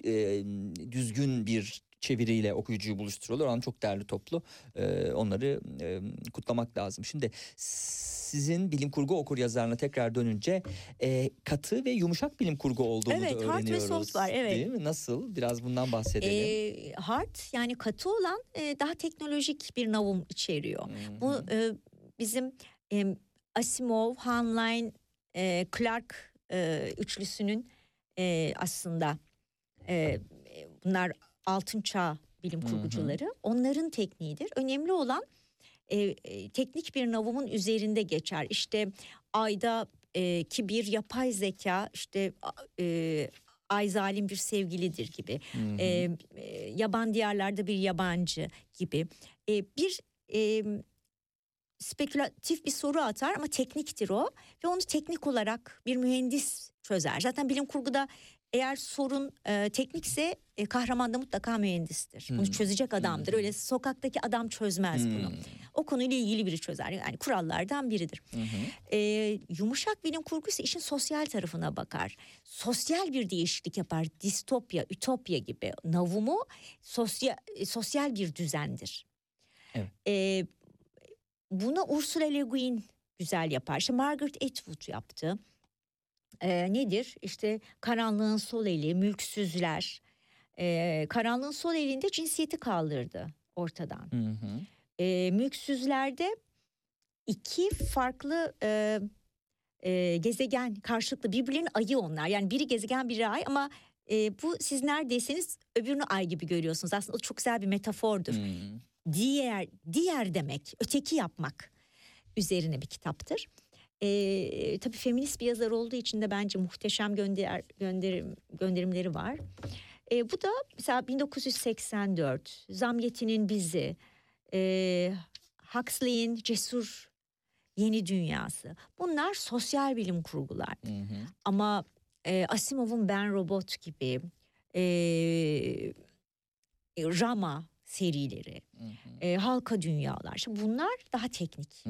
düzgün bir çeviriyle okuyucuyu buluşturuyorlar. O an çok değerli toplu. Onları kutlamak lazım. Şimdi sizin bilim kurgu okur yazarına tekrar dönünce katı ve yumuşak bilim kurgu olduğunu da öğreniyoruz. Hard ve soft var. Evet. Değil mi? Nasıl? Biraz bundan bahsedelim. Hard yani katı olan daha teknolojik bir navum içeriyor. Bu bizim Asimov, Heinlein, Clark üçlüsünün aslında bunlar altın çağ bilim kurgucuları. Onların tekniğidir. Önemli olan teknik bir navumun üzerinde geçer. İşte ayda ki bir yapay zeka işte ay zalim bir sevgilidir gibi. Yaban diyarlarda bir yabancı gibi. Bir spekülatif bir soru atar ama tekniktir o ve onu teknik olarak bir mühendis çözer. Zaten bilim kurguda eğer sorun teknikse kahraman da mutlaka mühendistir. Bunu çözecek adamdır. Öyle sokaktaki adam çözmez bunu. O konuyla ilgili biri çözer. Yani kurallardan biridir. Yumuşak bilim kurgu ise işin sosyal tarafına bakar. Sosyal bir değişiklik yapar. Distopya, ütopya gibi. Navumu sosyal bir düzendir. Evet. Buna Ursula Le Guin güzel yapar. İşte Margaret Atwood yaptı. Nedir? İşte Karanlığın Sol Eli, Mülksüzler. Karanlığın Sol Eli'nde cinsiyeti kaldırdı ortadan. Mülksüzlerde iki farklı gezegen karşılıklı birbirlerinin ayı onlar. Yani biri gezegen biri ay ama bu siz neredeyseniz öbürünü ay gibi görüyorsunuz. Aslında o çok güzel bir metafordur. Diğer demek, öteki yapmak üzerine bir kitaptır. Tabii feminist bir yazar olduğu için de bence muhteşem gönderimleri var. Bu da mesela 1984, Zamyatin'in Bizi, Huxley'in Cesur Yeni Dünyası. Bunlar sosyal bilim kurgular. Ama Asimov'un Ben Robot gibi, Rama serileri, Halka Dünyalar. Şimdi bunlar daha teknik.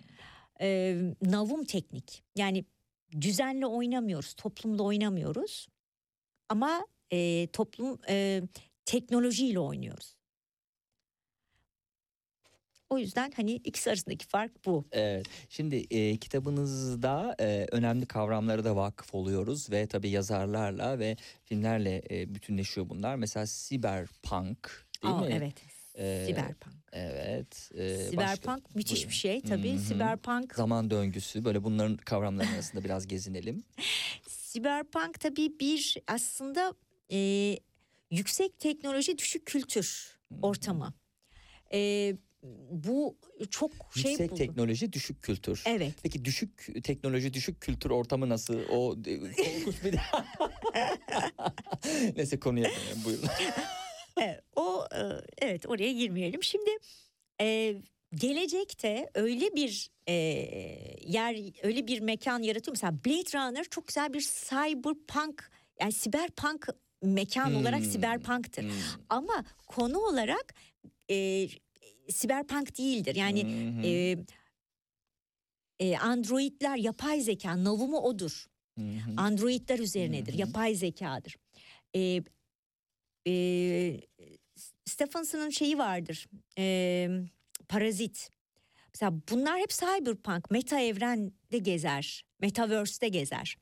Navum teknik. Yani düzenle oynamıyoruz, toplumla oynamıyoruz. Ama toplum teknolojiyle oynuyoruz. O yüzden hani ikisi arasındaki fark bu. Evet. Şimdi kitabınızda önemli kavramlara da vakıf oluyoruz ve tabii yazarlarla ve filmlerle bütünleşiyor bunlar. Mesela siberpunk değil mi? Evet. Siberpunk. Evet. Siberpunk müthiş Buyurun. bir şey tabii. Hı hı. Siberpunk. Zaman döngüsü, böyle bunların kavramları arasında biraz gezinelim. Siberpunk tabii bir aslında yüksek teknoloji düşük kültür ortamı. Bu çok Yüksek buldu. teknoloji, düşük kültür. Evet. Peki düşük teknoloji, düşük kültür ortamı nasıl? O korkunç bir... Neyse, konuya dönelim, buyurun. Evet, oraya girmeyelim. Şimdi gelecekte öyle bir yer, öyle bir mekan yaratıyor. Mesela Blade Runner çok güzel bir cyberpunk, yani siberpunk mekan olarak siberpunktır. Ama konu olarak siberpunk değildir. Yani androidler, yapay zeka, navumu odur. Androidler üzerinedir, yapay zekadır. Stephenson'un şeyi vardır, Parazit. Mesela bunlar hep cyberpunk, meta evrende gezer, metaverse'de gezer.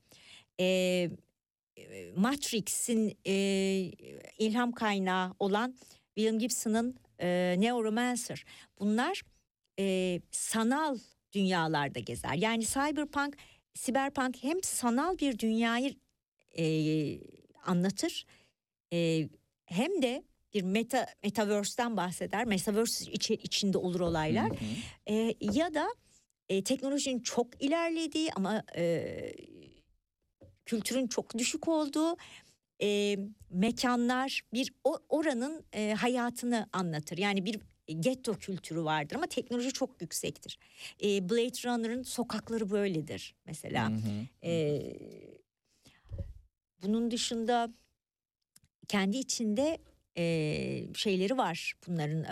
Matrix'in ilham kaynağı olan William Gibson'ın Neuromancer. Bunlar sanal dünyalarda gezer. Yani cyberpunk, siberpunk hem sanal bir dünyayı anlatır, hem de bir metaverse'den bahseder. Metaverse içinde olur olaylar. Ya da teknolojinin çok ilerlediği ama kültürün çok düşük olduğu mekanlar, bir oranın hayatını anlatır. Yani bir getto kültürü vardır ama teknoloji çok yüksektir. Blade Runner'ın sokakları böyledir mesela. Bunun dışında kendi içinde şeyleri var bunların.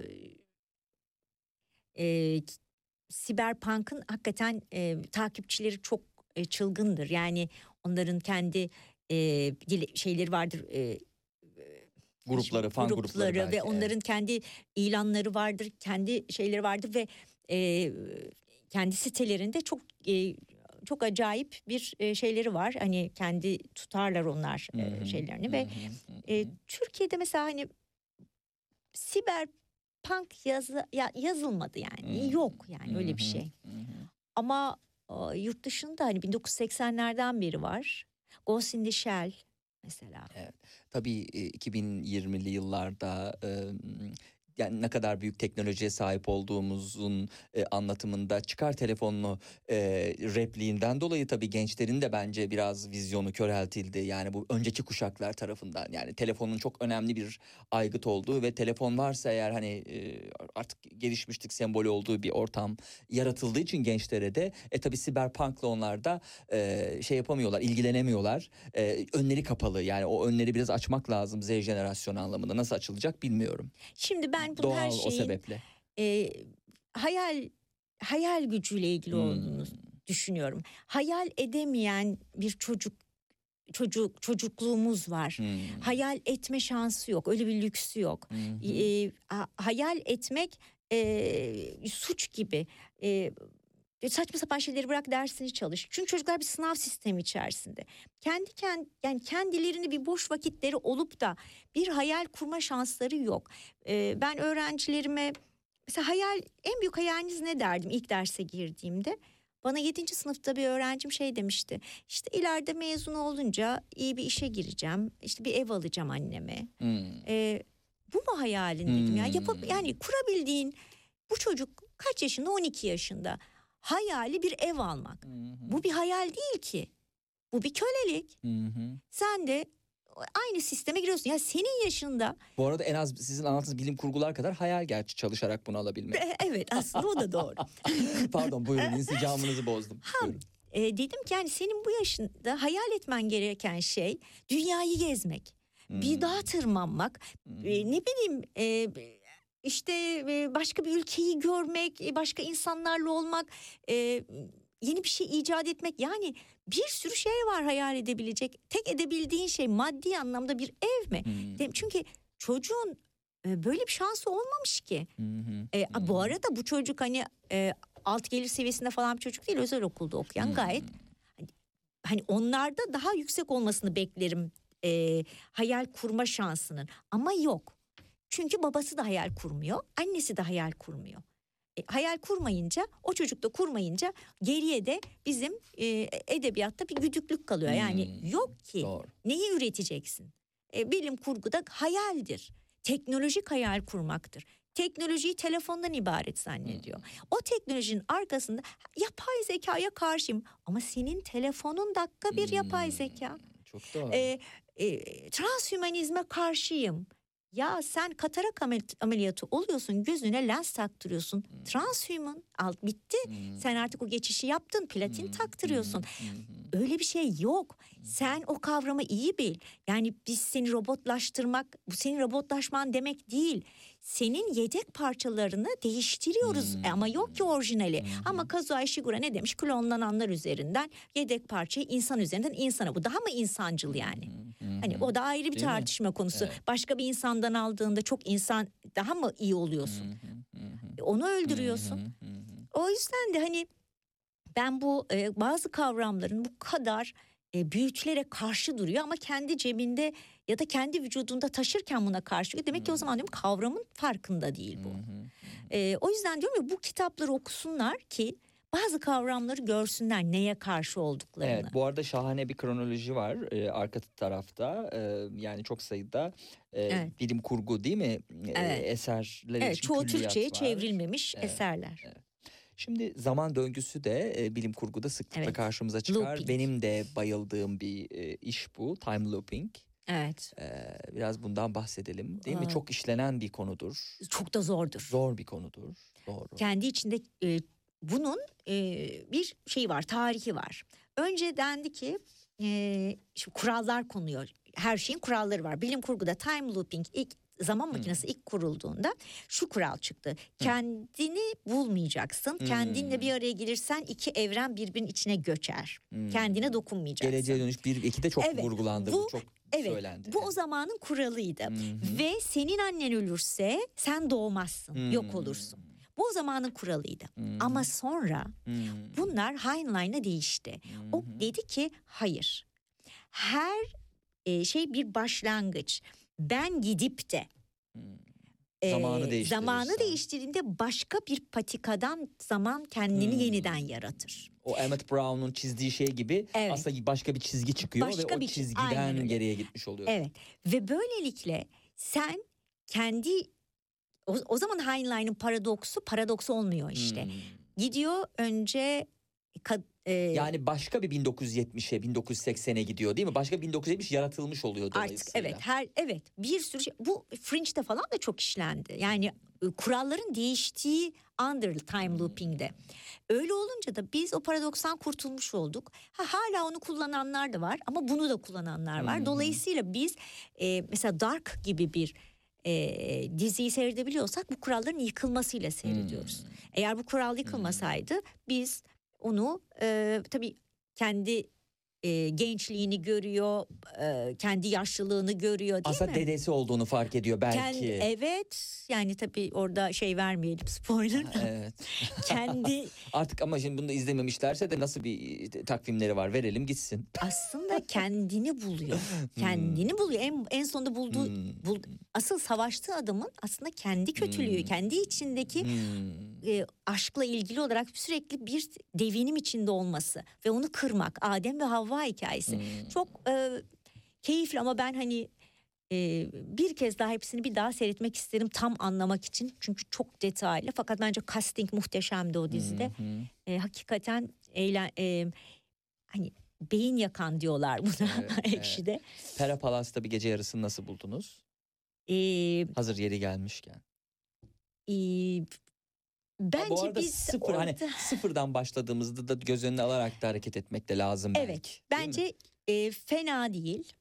Siberpunk'ın hakikaten takipçileri çok çılgındır. Yani onların kendi şeyleri vardır. Grupları, fan grupları belki, ve onların kendi ilanları vardır, kendi şeyleri vardır ve kendi sitelerinde çok acayip bir şeyleri var. Hani kendi tutarlar onlar şeylerini ve Türkiye'de mesela hani siberpunk yazılmadı yani. Yok yani öyle bir şey. Ama yurt dışında hani 1980'lerden beri var. Ghost in the Shell mesela. Evet. Tabii 2020'li yıllarda yani ne kadar büyük teknolojiye sahip olduğumuzun anlatımında çıkar telefonunu repliğinden dolayı tabii gençlerin de bence biraz vizyonu köreltildi. Yani bu önceki kuşaklar tarafından, yani telefonun çok önemli bir aygıt olduğu ve telefon varsa eğer hani artık gelişmişlik sembolü olduğu bir ortam yaratıldığı için gençlere de tabii siberpunk'la onlar da şey yapamıyorlar, ilgilenemiyorlar. Önleri kapalı, yani o önleri biraz açmak lazım Z jenerasyonu anlamında. Nasıl açılacak bilmiyorum. Şimdi ben bunun Doğal her o şeyin sebeple. hayal gücüyle ilgili olduğunu düşünüyorum. Hayal edemeyen bir çocukluğumuz var. Hayal etme şansı yok. Öyle bir lüksü yok. Hayal etmek suç gibi. Saçma sapan şeyleri bırak, dersini çalış. Çünkü çocuklar bir sınav sistemi içerisinde. Yani kendilerini bir boş vakitleri olup da bir hayal kurma şansları yok. Ben öğrencilerime mesela en büyük hayaliniz ne derdim ilk derse girdiğimde. Bana 7. sınıfta bir öğrencim şey demişti. İşte ileride mezun olunca iyi bir işe gireceğim. İşte bir ev alacağım anneme. Bu mu hayalin dedim ya. Yani kurabildiğin, bu çocuk kaç yaşında? 12 yaşında. Hayali bir ev almak. Bu bir hayal değil ki. Bu bir kölelik. Sen de aynı sisteme giriyorsun. Ya senin yaşında. Bu arada en az sizin anlattığınız bilim kurgular kadar hayal gerçi, çalışarak bunu alabilmek. Evet, aslında o da doğru. Pardon, buyurun, insicamınızı bozdum. Dedim ki yani senin bu yaşında hayal etmen gereken şey dünyayı gezmek. Bir dağa tırmanmak. Ne bileyim işte başka bir ülkeyi görmek, başka insanlarla olmak, yeni bir şey icat etmek. Yani bir sürü şey var hayal edebilecek. Tek edebildiğin şey maddi anlamda bir ev mi? Çünkü çocuğun böyle bir şansı olmamış ki. Bu arada bu çocuk hani alt gelir seviyesinde falan bir çocuk değil, özel okulda okuyan gayet. Hani onlarda daha yüksek olmasını beklerim hayal kurma şansının. Ama yok. Çünkü babası da hayal kurmuyor, annesi de hayal kurmuyor. Hayal kurmayınca, o çocuk da kurmayınca geriye de bizim edebiyatta bir güdüklük kalıyor. Yani yok ki. Doğru. Neyi üreteceksin? Bilim kurguda hayaldir. Teknolojik hayal kurmaktır. Teknolojiyi telefondan ibaret zannediyor. O teknolojinin arkasında yapay zekaya karşıyım. Ama senin telefonun dakika bir yapay zeka. Çok doğru. Transhümanizme karşıyım. Ya sen katarak ameliyatı oluyorsun, gözüne lens taktırıyorsun. Transhuman, bitti. Sen artık o geçişi yaptın, platin taktırıyorsun. Öyle bir şey yok. Sen o kavramı iyi bil. Yani biz seni robotlaştırmak, bu senin robotlaşman demek değil. Senin yedek parçalarını değiştiriyoruz ama yok ki orijinali. Ama Kazuo Ishiguro ne demiş? Klonlananlar üzerinden yedek parçayı insan üzerinden insana. Bu daha mı insancıl yani? Hani o da ayrı bir Değil tartışma konusu. Evet. Başka bir insandan aldığında çok insan daha mı iyi oluyorsun? Onu öldürüyorsun. O yüzden de hani ben bu bazı kavramların bu kadar büyütülerek karşı duruyor ama kendi cebinde ya da kendi vücudunda taşırken buna karşı. Demek ki o zaman diyorum kavramın farkında değil bu. O yüzden diyorum ya bu kitapları okusunlar ki bazı kavramları görsünler neye karşı olduklarını. Evet, bu arada şahane bir kronoloji var arka tarafta. Yani çok sayıda Evet. bilim kurgu değil mi? Evet. Eserler Evet, için çoğu külliyat Türkçe'ye var. çevrilmemiş Evet, eserler. evet. Şimdi zaman döngüsü de bilim kurguda sıklıkla Evet. karşımıza çıkar. Looping. Benim de bayıldığım bir iş bu. Time looping. Evet. Biraz bundan bahsedelim değil mi? Aa. Çok işlenen bir konudur. Çok da zordur. Zor bir konudur. Doğru. Kendi içinde bunun bir şeyi var, tarihi var. Önce dendi ki şimdi kurallar konuyor. Her şeyin kuralları var. Bilim kurguda time looping ilk zaman makinesi ilk kurulduğunda şu kural çıktı. Kendini bulmayacaksın. Kendinle bir araya gelirsen iki evren birbirinin içine göçer. Kendine dokunmayacaksın. Geleceğe dönüş 1 2'de çok Evet, vurgulandı. bu- Bu çok Evet, söylendi. bu o zamanın kuralıydı. Ve senin annen ölürse sen doğmazsın, yok olursun. Bu o zamanın kuralıydı. Ama sonra bunlar Heinlein'e değişti. O dedi ki hayır. Her şey bir başlangıç. Ben gidip de zamanı değiştirdiğinde başka bir patikadan zaman kendini yeniden yaratır. O Emmett Brown'un çizdiği şey gibi Evet. aslında başka bir çizgi çıkıyor Başka ve o bir çizgi, çizgiden aynen öyle. geriye gitmiş oluyor. Evet ve böylelikle sen kendi o zaman Heinlein'in paradoks olmuyor işte. Gidiyor önce Yani başka bir 1970'e 1980'e gidiyor değil mi? Başka bir 1970 yaratılmış oluyor dolayısıyla. artık evet bir sürü şey, bu Fringe'de falan da çok işlendi. Yani kuralların değiştiği under time looping'de. Öyle olunca da biz o paradokstan kurtulmuş olduk. Hala onu kullananlar da var ama bunu da kullananlar var. Dolayısıyla biz mesela Dark gibi bir diziyi seyredebiliyorsak bu kuralların yıkılmasıyla seyrediyoruz. Eğer bu kural yıkılmasaydı biz onu tabii kendi gençliğini görüyor, kendi yaşlılığını görüyor değil Aslında mi? dedesi olduğunu fark ediyor belki. Evet yani tabii orada şey vermeyelim spoiler. Evet. Kendi Artık ama şimdi bunu da izlememişlerse de nasıl bir takvimleri var verelim gitsin. aslında kendini buluyor. Kendini buluyor. En sonunda asıl savaştığı adamın aslında kendi kötülüğü, kendi içindeki aşkla ilgili olarak sürekli bir devinim içinde olması ve onu kırmak. Adem ve Havva hikayesi. Çok keyifli ama ben hani bir kez daha hepsini bir daha seyretmek isterim tam anlamak için. Çünkü çok detaylı fakat bence casting muhteşemdi o dizide. Hakikaten hani beyin yakan diyorlar buna Ekşi'de. Pera Palas'ta bir gece yarısını nasıl buldunuz? Hazır yeri gelmişken. Bence bu arada biz sıfır hani sıfırdan başladığımızda da göz önüne alarak da hareket etmek de lazım belki. Evet bence fena değil.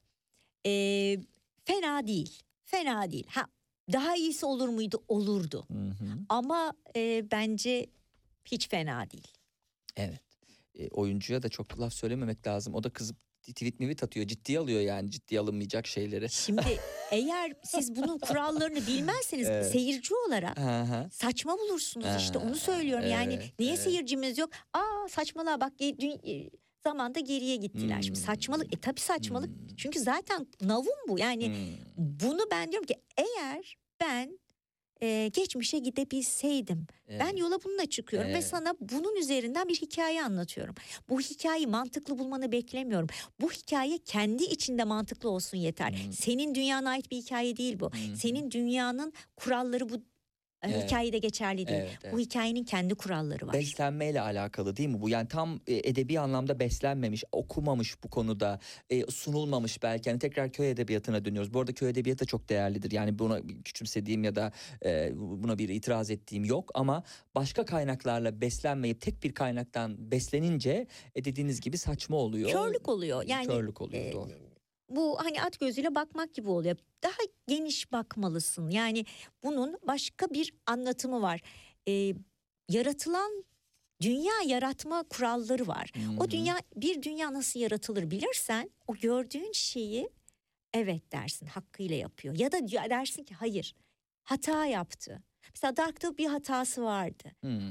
Fena değil. Daha iyisi olur muydu? Olurdu. Ama bence hiç fena değil. Evet. Oyuncuya da çok laf söylememek lazım. O da kızıp tweet atıyor. Ciddiye alıyor yani ciddiye alınmayacak şeyleri. Şimdi eğer siz bunun kurallarını bilmezseniz seyirci olarak saçma bulursunuz işte onu söylüyorum. Yani niye seyircimiz yok? Saçmalığa bak zamanda geriye gittiler. Şimdi saçmalık tabii saçmalık çünkü zaten navun bu yani bunu ben diyorum ki eğer ben geçmişe gidebilseydim. Evet. Ben yola bununla çıkıyorum ve Evet. sana bunun üzerinden bir hikaye anlatıyorum. Bu hikayeyi mantıklı bulmanı beklemiyorum. Bu hikaye kendi içinde mantıklı olsun yeter. Senin dünyana ait bir hikaye değil bu. Senin dünyanın kuralları bu Evet. hikayede geçerli değil. Evet, evet. Bu hikayenin kendi kuralları var. Beslenmeyle alakalı değil mi bu? Yani tam edebi anlamda beslenmemiş, okumamış bu konuda, sunulmamış belki. Yani tekrar köy edebiyatına dönüyoruz. Bu arada köy edebiyatı da çok değerlidir. Yani buna küçümsediğim ya da buna bir itiraz ettiğim yok. Ama başka kaynaklarla beslenmeyip tek bir kaynaktan beslenince dediğiniz gibi saçma oluyor. Körlük oluyor. Yani Körlük oluyor, doğru. bu hani at gözüyle bakmak gibi oluyor. Daha geniş bakmalısın. Yani bunun başka bir anlatımı var. Yaratılan dünya yaratma kuralları var. O bir dünya nasıl yaratılır bilirsen o gördüğün şeyi evet dersin, hakkıyla yapıyor. Ya da dersin ki hayır, hata yaptı. Mesela Dark'ta bir hatası vardı.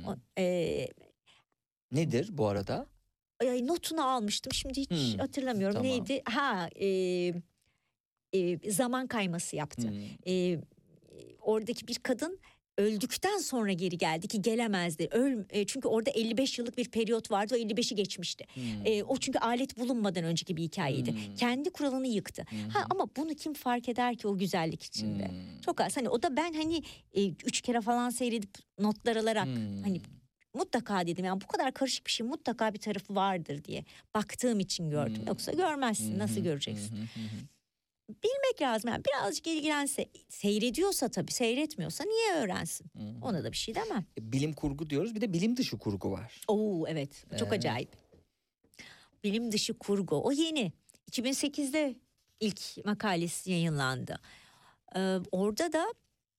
Nedir bu arada? Notunu almıştım, şimdi hiç hatırlamıyorum. Tamam. Neydi? Zaman kayması yaptı. Oradaki bir kadın öldükten sonra geri geldi ki gelemezdi. Çünkü orada 55 yıllık bir periyot vardı. O 55'i geçmişti. O çünkü alet bulunmadan önceki bir hikayeydi. Kendi kuralını yıktı. Ama bunu kim fark eder ki o güzellik içinde? Çok az. Hani o da ben hani 3 kere falan seyredip notlar alarak hani mutlaka dedim, yani bu kadar karışık bir şey mutlaka bir tarafı vardır diye baktığım için gördüm. Yoksa görmezsin, nasıl göreceksin? Bilmek lazım. Yani birazcık ilgilense, seyrediyorsa tabii, seyretmiyorsa niye öğrensin? Ona da bir şey demem. Bilim kurgu diyoruz, bir de bilim dışı kurgu var. Oo evet, çok acayip. Bilim dışı kurgu, o yeni. 2008'de ilk makalesi yayınlandı. Orada da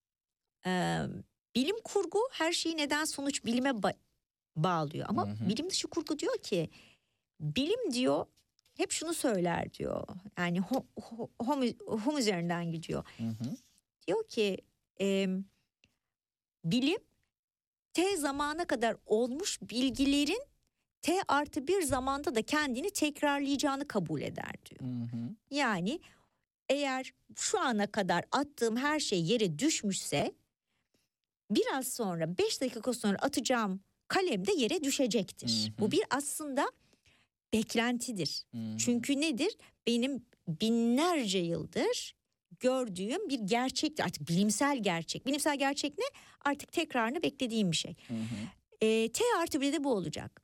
bilim kurgu her şeyi neden sonuç bilime bağlıyor. Ama bilim dışı kurgu diyor ki, bilim diyor hep şunu söyler diyor. Yani hum üzerinden gidiyor. Diyor ki bilim T zamana kadar olmuş bilgilerin T+1 zamanda da kendini tekrarlayacağını kabul eder diyor. Yani eğer şu ana kadar attığım her şey yere düşmüşse biraz sonra 5 dakika sonra atacağım kalem de yere düşecektir. Bu bir aslında beklentidir. Çünkü nedir? Benim binlerce yıldır gördüğüm bir gerçektir. Artık bilimsel gerçek. Bilimsel gerçek ne? Artık tekrarını beklediğim bir şey. T+1'de de bu olacak.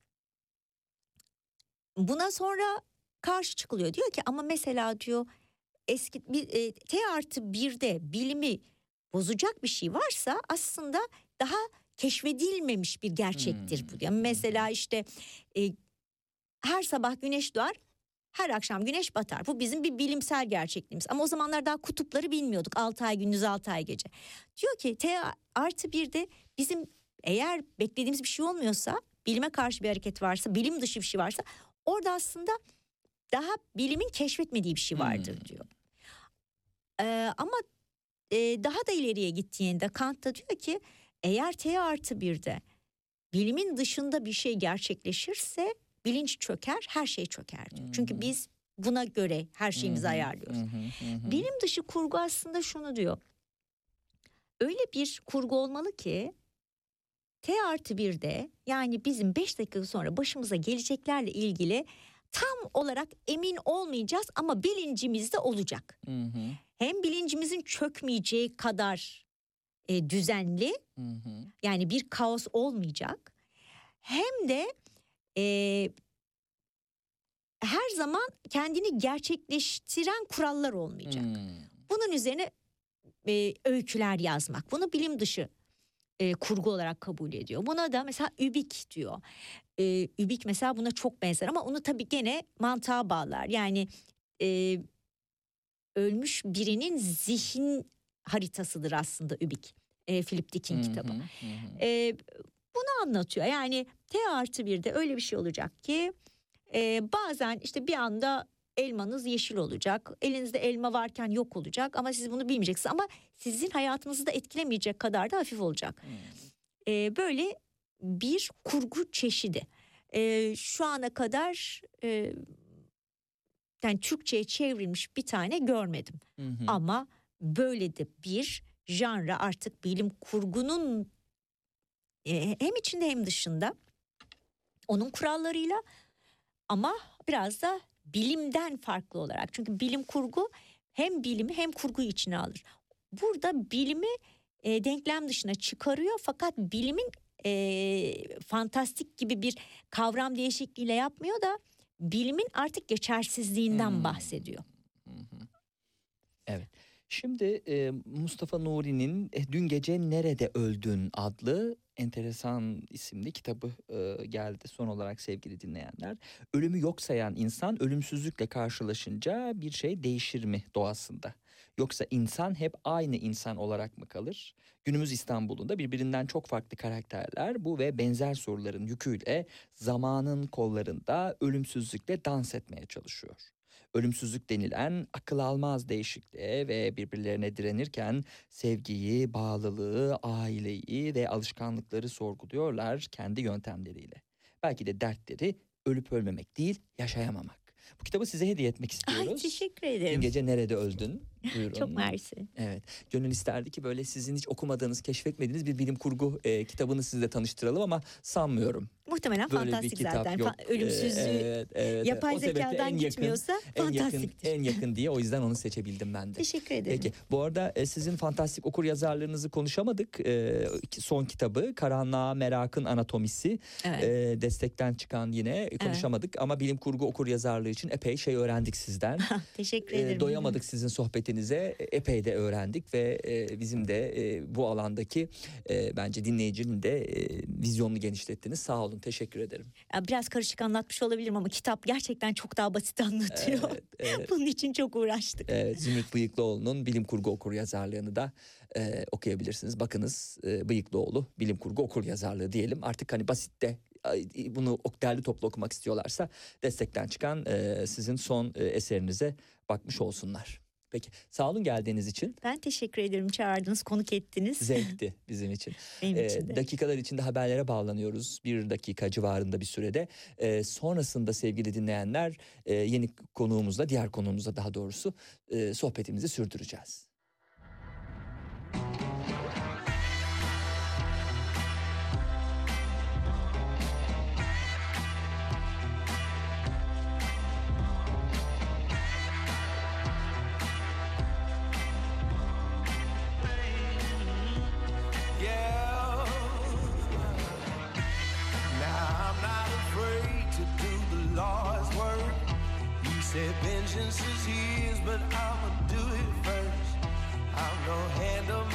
Buna sonra karşı çıkılıyor. Diyor ki ama mesela diyor T+1'de bilimi bozacak bir şey varsa aslında daha keşfedilmemiş bir gerçektir bu. Yani mesela işte her sabah güneş doğar, her akşam güneş batar. Bu bizim bir bilimsel gerçekliğimiz. Ama o zamanlar daha kutupları bilmiyorduk. 6 ay gündüz 6 ay gece. Diyor ki T+1'de bizim eğer beklediğimiz bir şey olmuyorsa, bilime karşı bir hareket varsa, bilim dışı bir şey varsa, orada aslında daha bilimin keşfetmediği bir şey vardır diyor. Ama daha da ileriye gittiğinde Kant da diyor ki eğer T+1'de bilimin dışında bir şey gerçekleşirse bilinç çöker, her şey çöker diyor. Çünkü biz buna göre her şeyimizi ayarlıyoruz. Bilim dışı kurgu aslında şunu diyor. Öyle bir kurgu olmalı ki T+1'de, yani bizim 5 dakika sonra başımıza geleceklerle ilgili tam olarak emin olmayacağız ama bilincimizde olacak. Hem bilincimizin çökmeyeceği kadar düzenli, yani bir kaos olmayacak. Hem de her zaman kendini gerçekleştiren kurallar olmayacak. Bunun üzerine öyküler yazmak. Bunu bilim dışı kurgu olarak kabul ediyor. Buna da mesela Übik diyor. Übik mesela buna çok benzer ama onu tabii gene mantığa bağlar. Yani ölmüş birinin zihin haritasıdır aslında Übik. Philip Dick'in kitabı. Bunu anlatıyor. Yani T+1'de öyle bir şey olacak ki bazen işte bir anda elmanız yeşil olacak. Elinizde elma varken yok olacak ama siz bunu bilmeyeceksiniz. Ama sizin hayatınızı da etkilemeyecek kadar da hafif olacak. Böyle bir kurgu çeşidi. Şu ana kadar yani Türkçe'ye çevrilmiş bir tane görmedim. Ama böyle de bir janra artık bilim kurgunun hem içinde hem dışında, onun kurallarıyla ama biraz da bilimden farklı olarak. Çünkü bilim kurgu hem bilimi hem kurguyu içine alır. Burada bilimi denklem dışına çıkarıyor fakat bilimin fantastik gibi bir kavram değişikliğiyle yapmıyor da bilimin artık geçersizliğinden bahsediyor. Evet. Şimdi Mustafa Nuri'nin Dün Gece Nerede Öldün adlı enteresan isimli kitabı geldi son olarak sevgili dinleyenler. Ölümü yok sayan insan ölümsüzlükle karşılaşınca bir şey değişir mi doğasında? Yoksa insan hep aynı insan olarak mı kalır? Günümüz İstanbul'unda birbirinden çok farklı karakterler bu ve benzer soruların yüküyle zamanın kollarında ölümsüzlükle dans etmeye çalışıyor. Ölümsüzlük denilen akıl almaz değişikliğe ve birbirlerine direnirken sevgiyi, bağlılığı, aileyi ve alışkanlıkları sorguluyorlar kendi yöntemleriyle. Belki de dertleri ölüp ölmemek değil, yaşayamamak. Bu kitabı size hediye etmek istiyoruz. Ay, teşekkür Dün ederim. Gece Nerede Öldün? Buyurun. Çok mersi. Evet. Gönül isterdi ki böyle sizin hiç okumadığınız, keşfetmediğiniz bir bilim kurgu kitabını sizle tanıştıralım ama sanmıyorum. Muhtemelen Böyle bir fantastik kitap zaten. yok. Ölümsüzlüğü O yapay sebeple zekadan gitmiyorsa fantastiktir. En yakın diye o yüzden onu seçebildim ben de. Teşekkür ederim. Peki bu arada sizin fantastik okur yazarlarınızı konuşamadık. Son kitabı Karanlığa Merakın Anatomisi. Evet. Destekten çıkan yine konuşamadık ama bilim kurgu okur yazarlığı için epey şey öğrendik sizden. Teşekkür ederim. Doyamadık sizin sohbetinize, epey de öğrendik ve bizim de bu alandaki bence dinleyicinin de vizyonunu genişlettiniz. Sağ olun, teşekkür ederim. Ya biraz karışık anlatmış olabilirim ama kitap gerçekten çok daha basit anlatıyor. Evet. Bunun için çok uğraştık. Zümrüt Bıyıklıoğlu'nun bilim kurgu okur yazarlığını da okuyabilirsiniz. Bakınız Bıyıklıoğlu bilim kurgu okur yazarlığı diyelim. Artık hani basitte bunu derli toplu okumak istiyorlarsa destekten çıkan sizin son eserinize bakmış olsunlar. Peki sağ olun geldiğiniz için. Ben teşekkür ederim, çağırdınız, konuk ettiniz. Zevkti bizim için. Benim için de. Dakikalar içinde haberlere bağlanıyoruz. 1 dakika civarında bir sürede. Sonrasında sevgili dinleyenler yeni konuğumuzla, diğer konuğumuzla daha doğrusu sohbetimizi sürdüreceğiz. Vengeance is his, but I'ma do it first. I'm gonna handle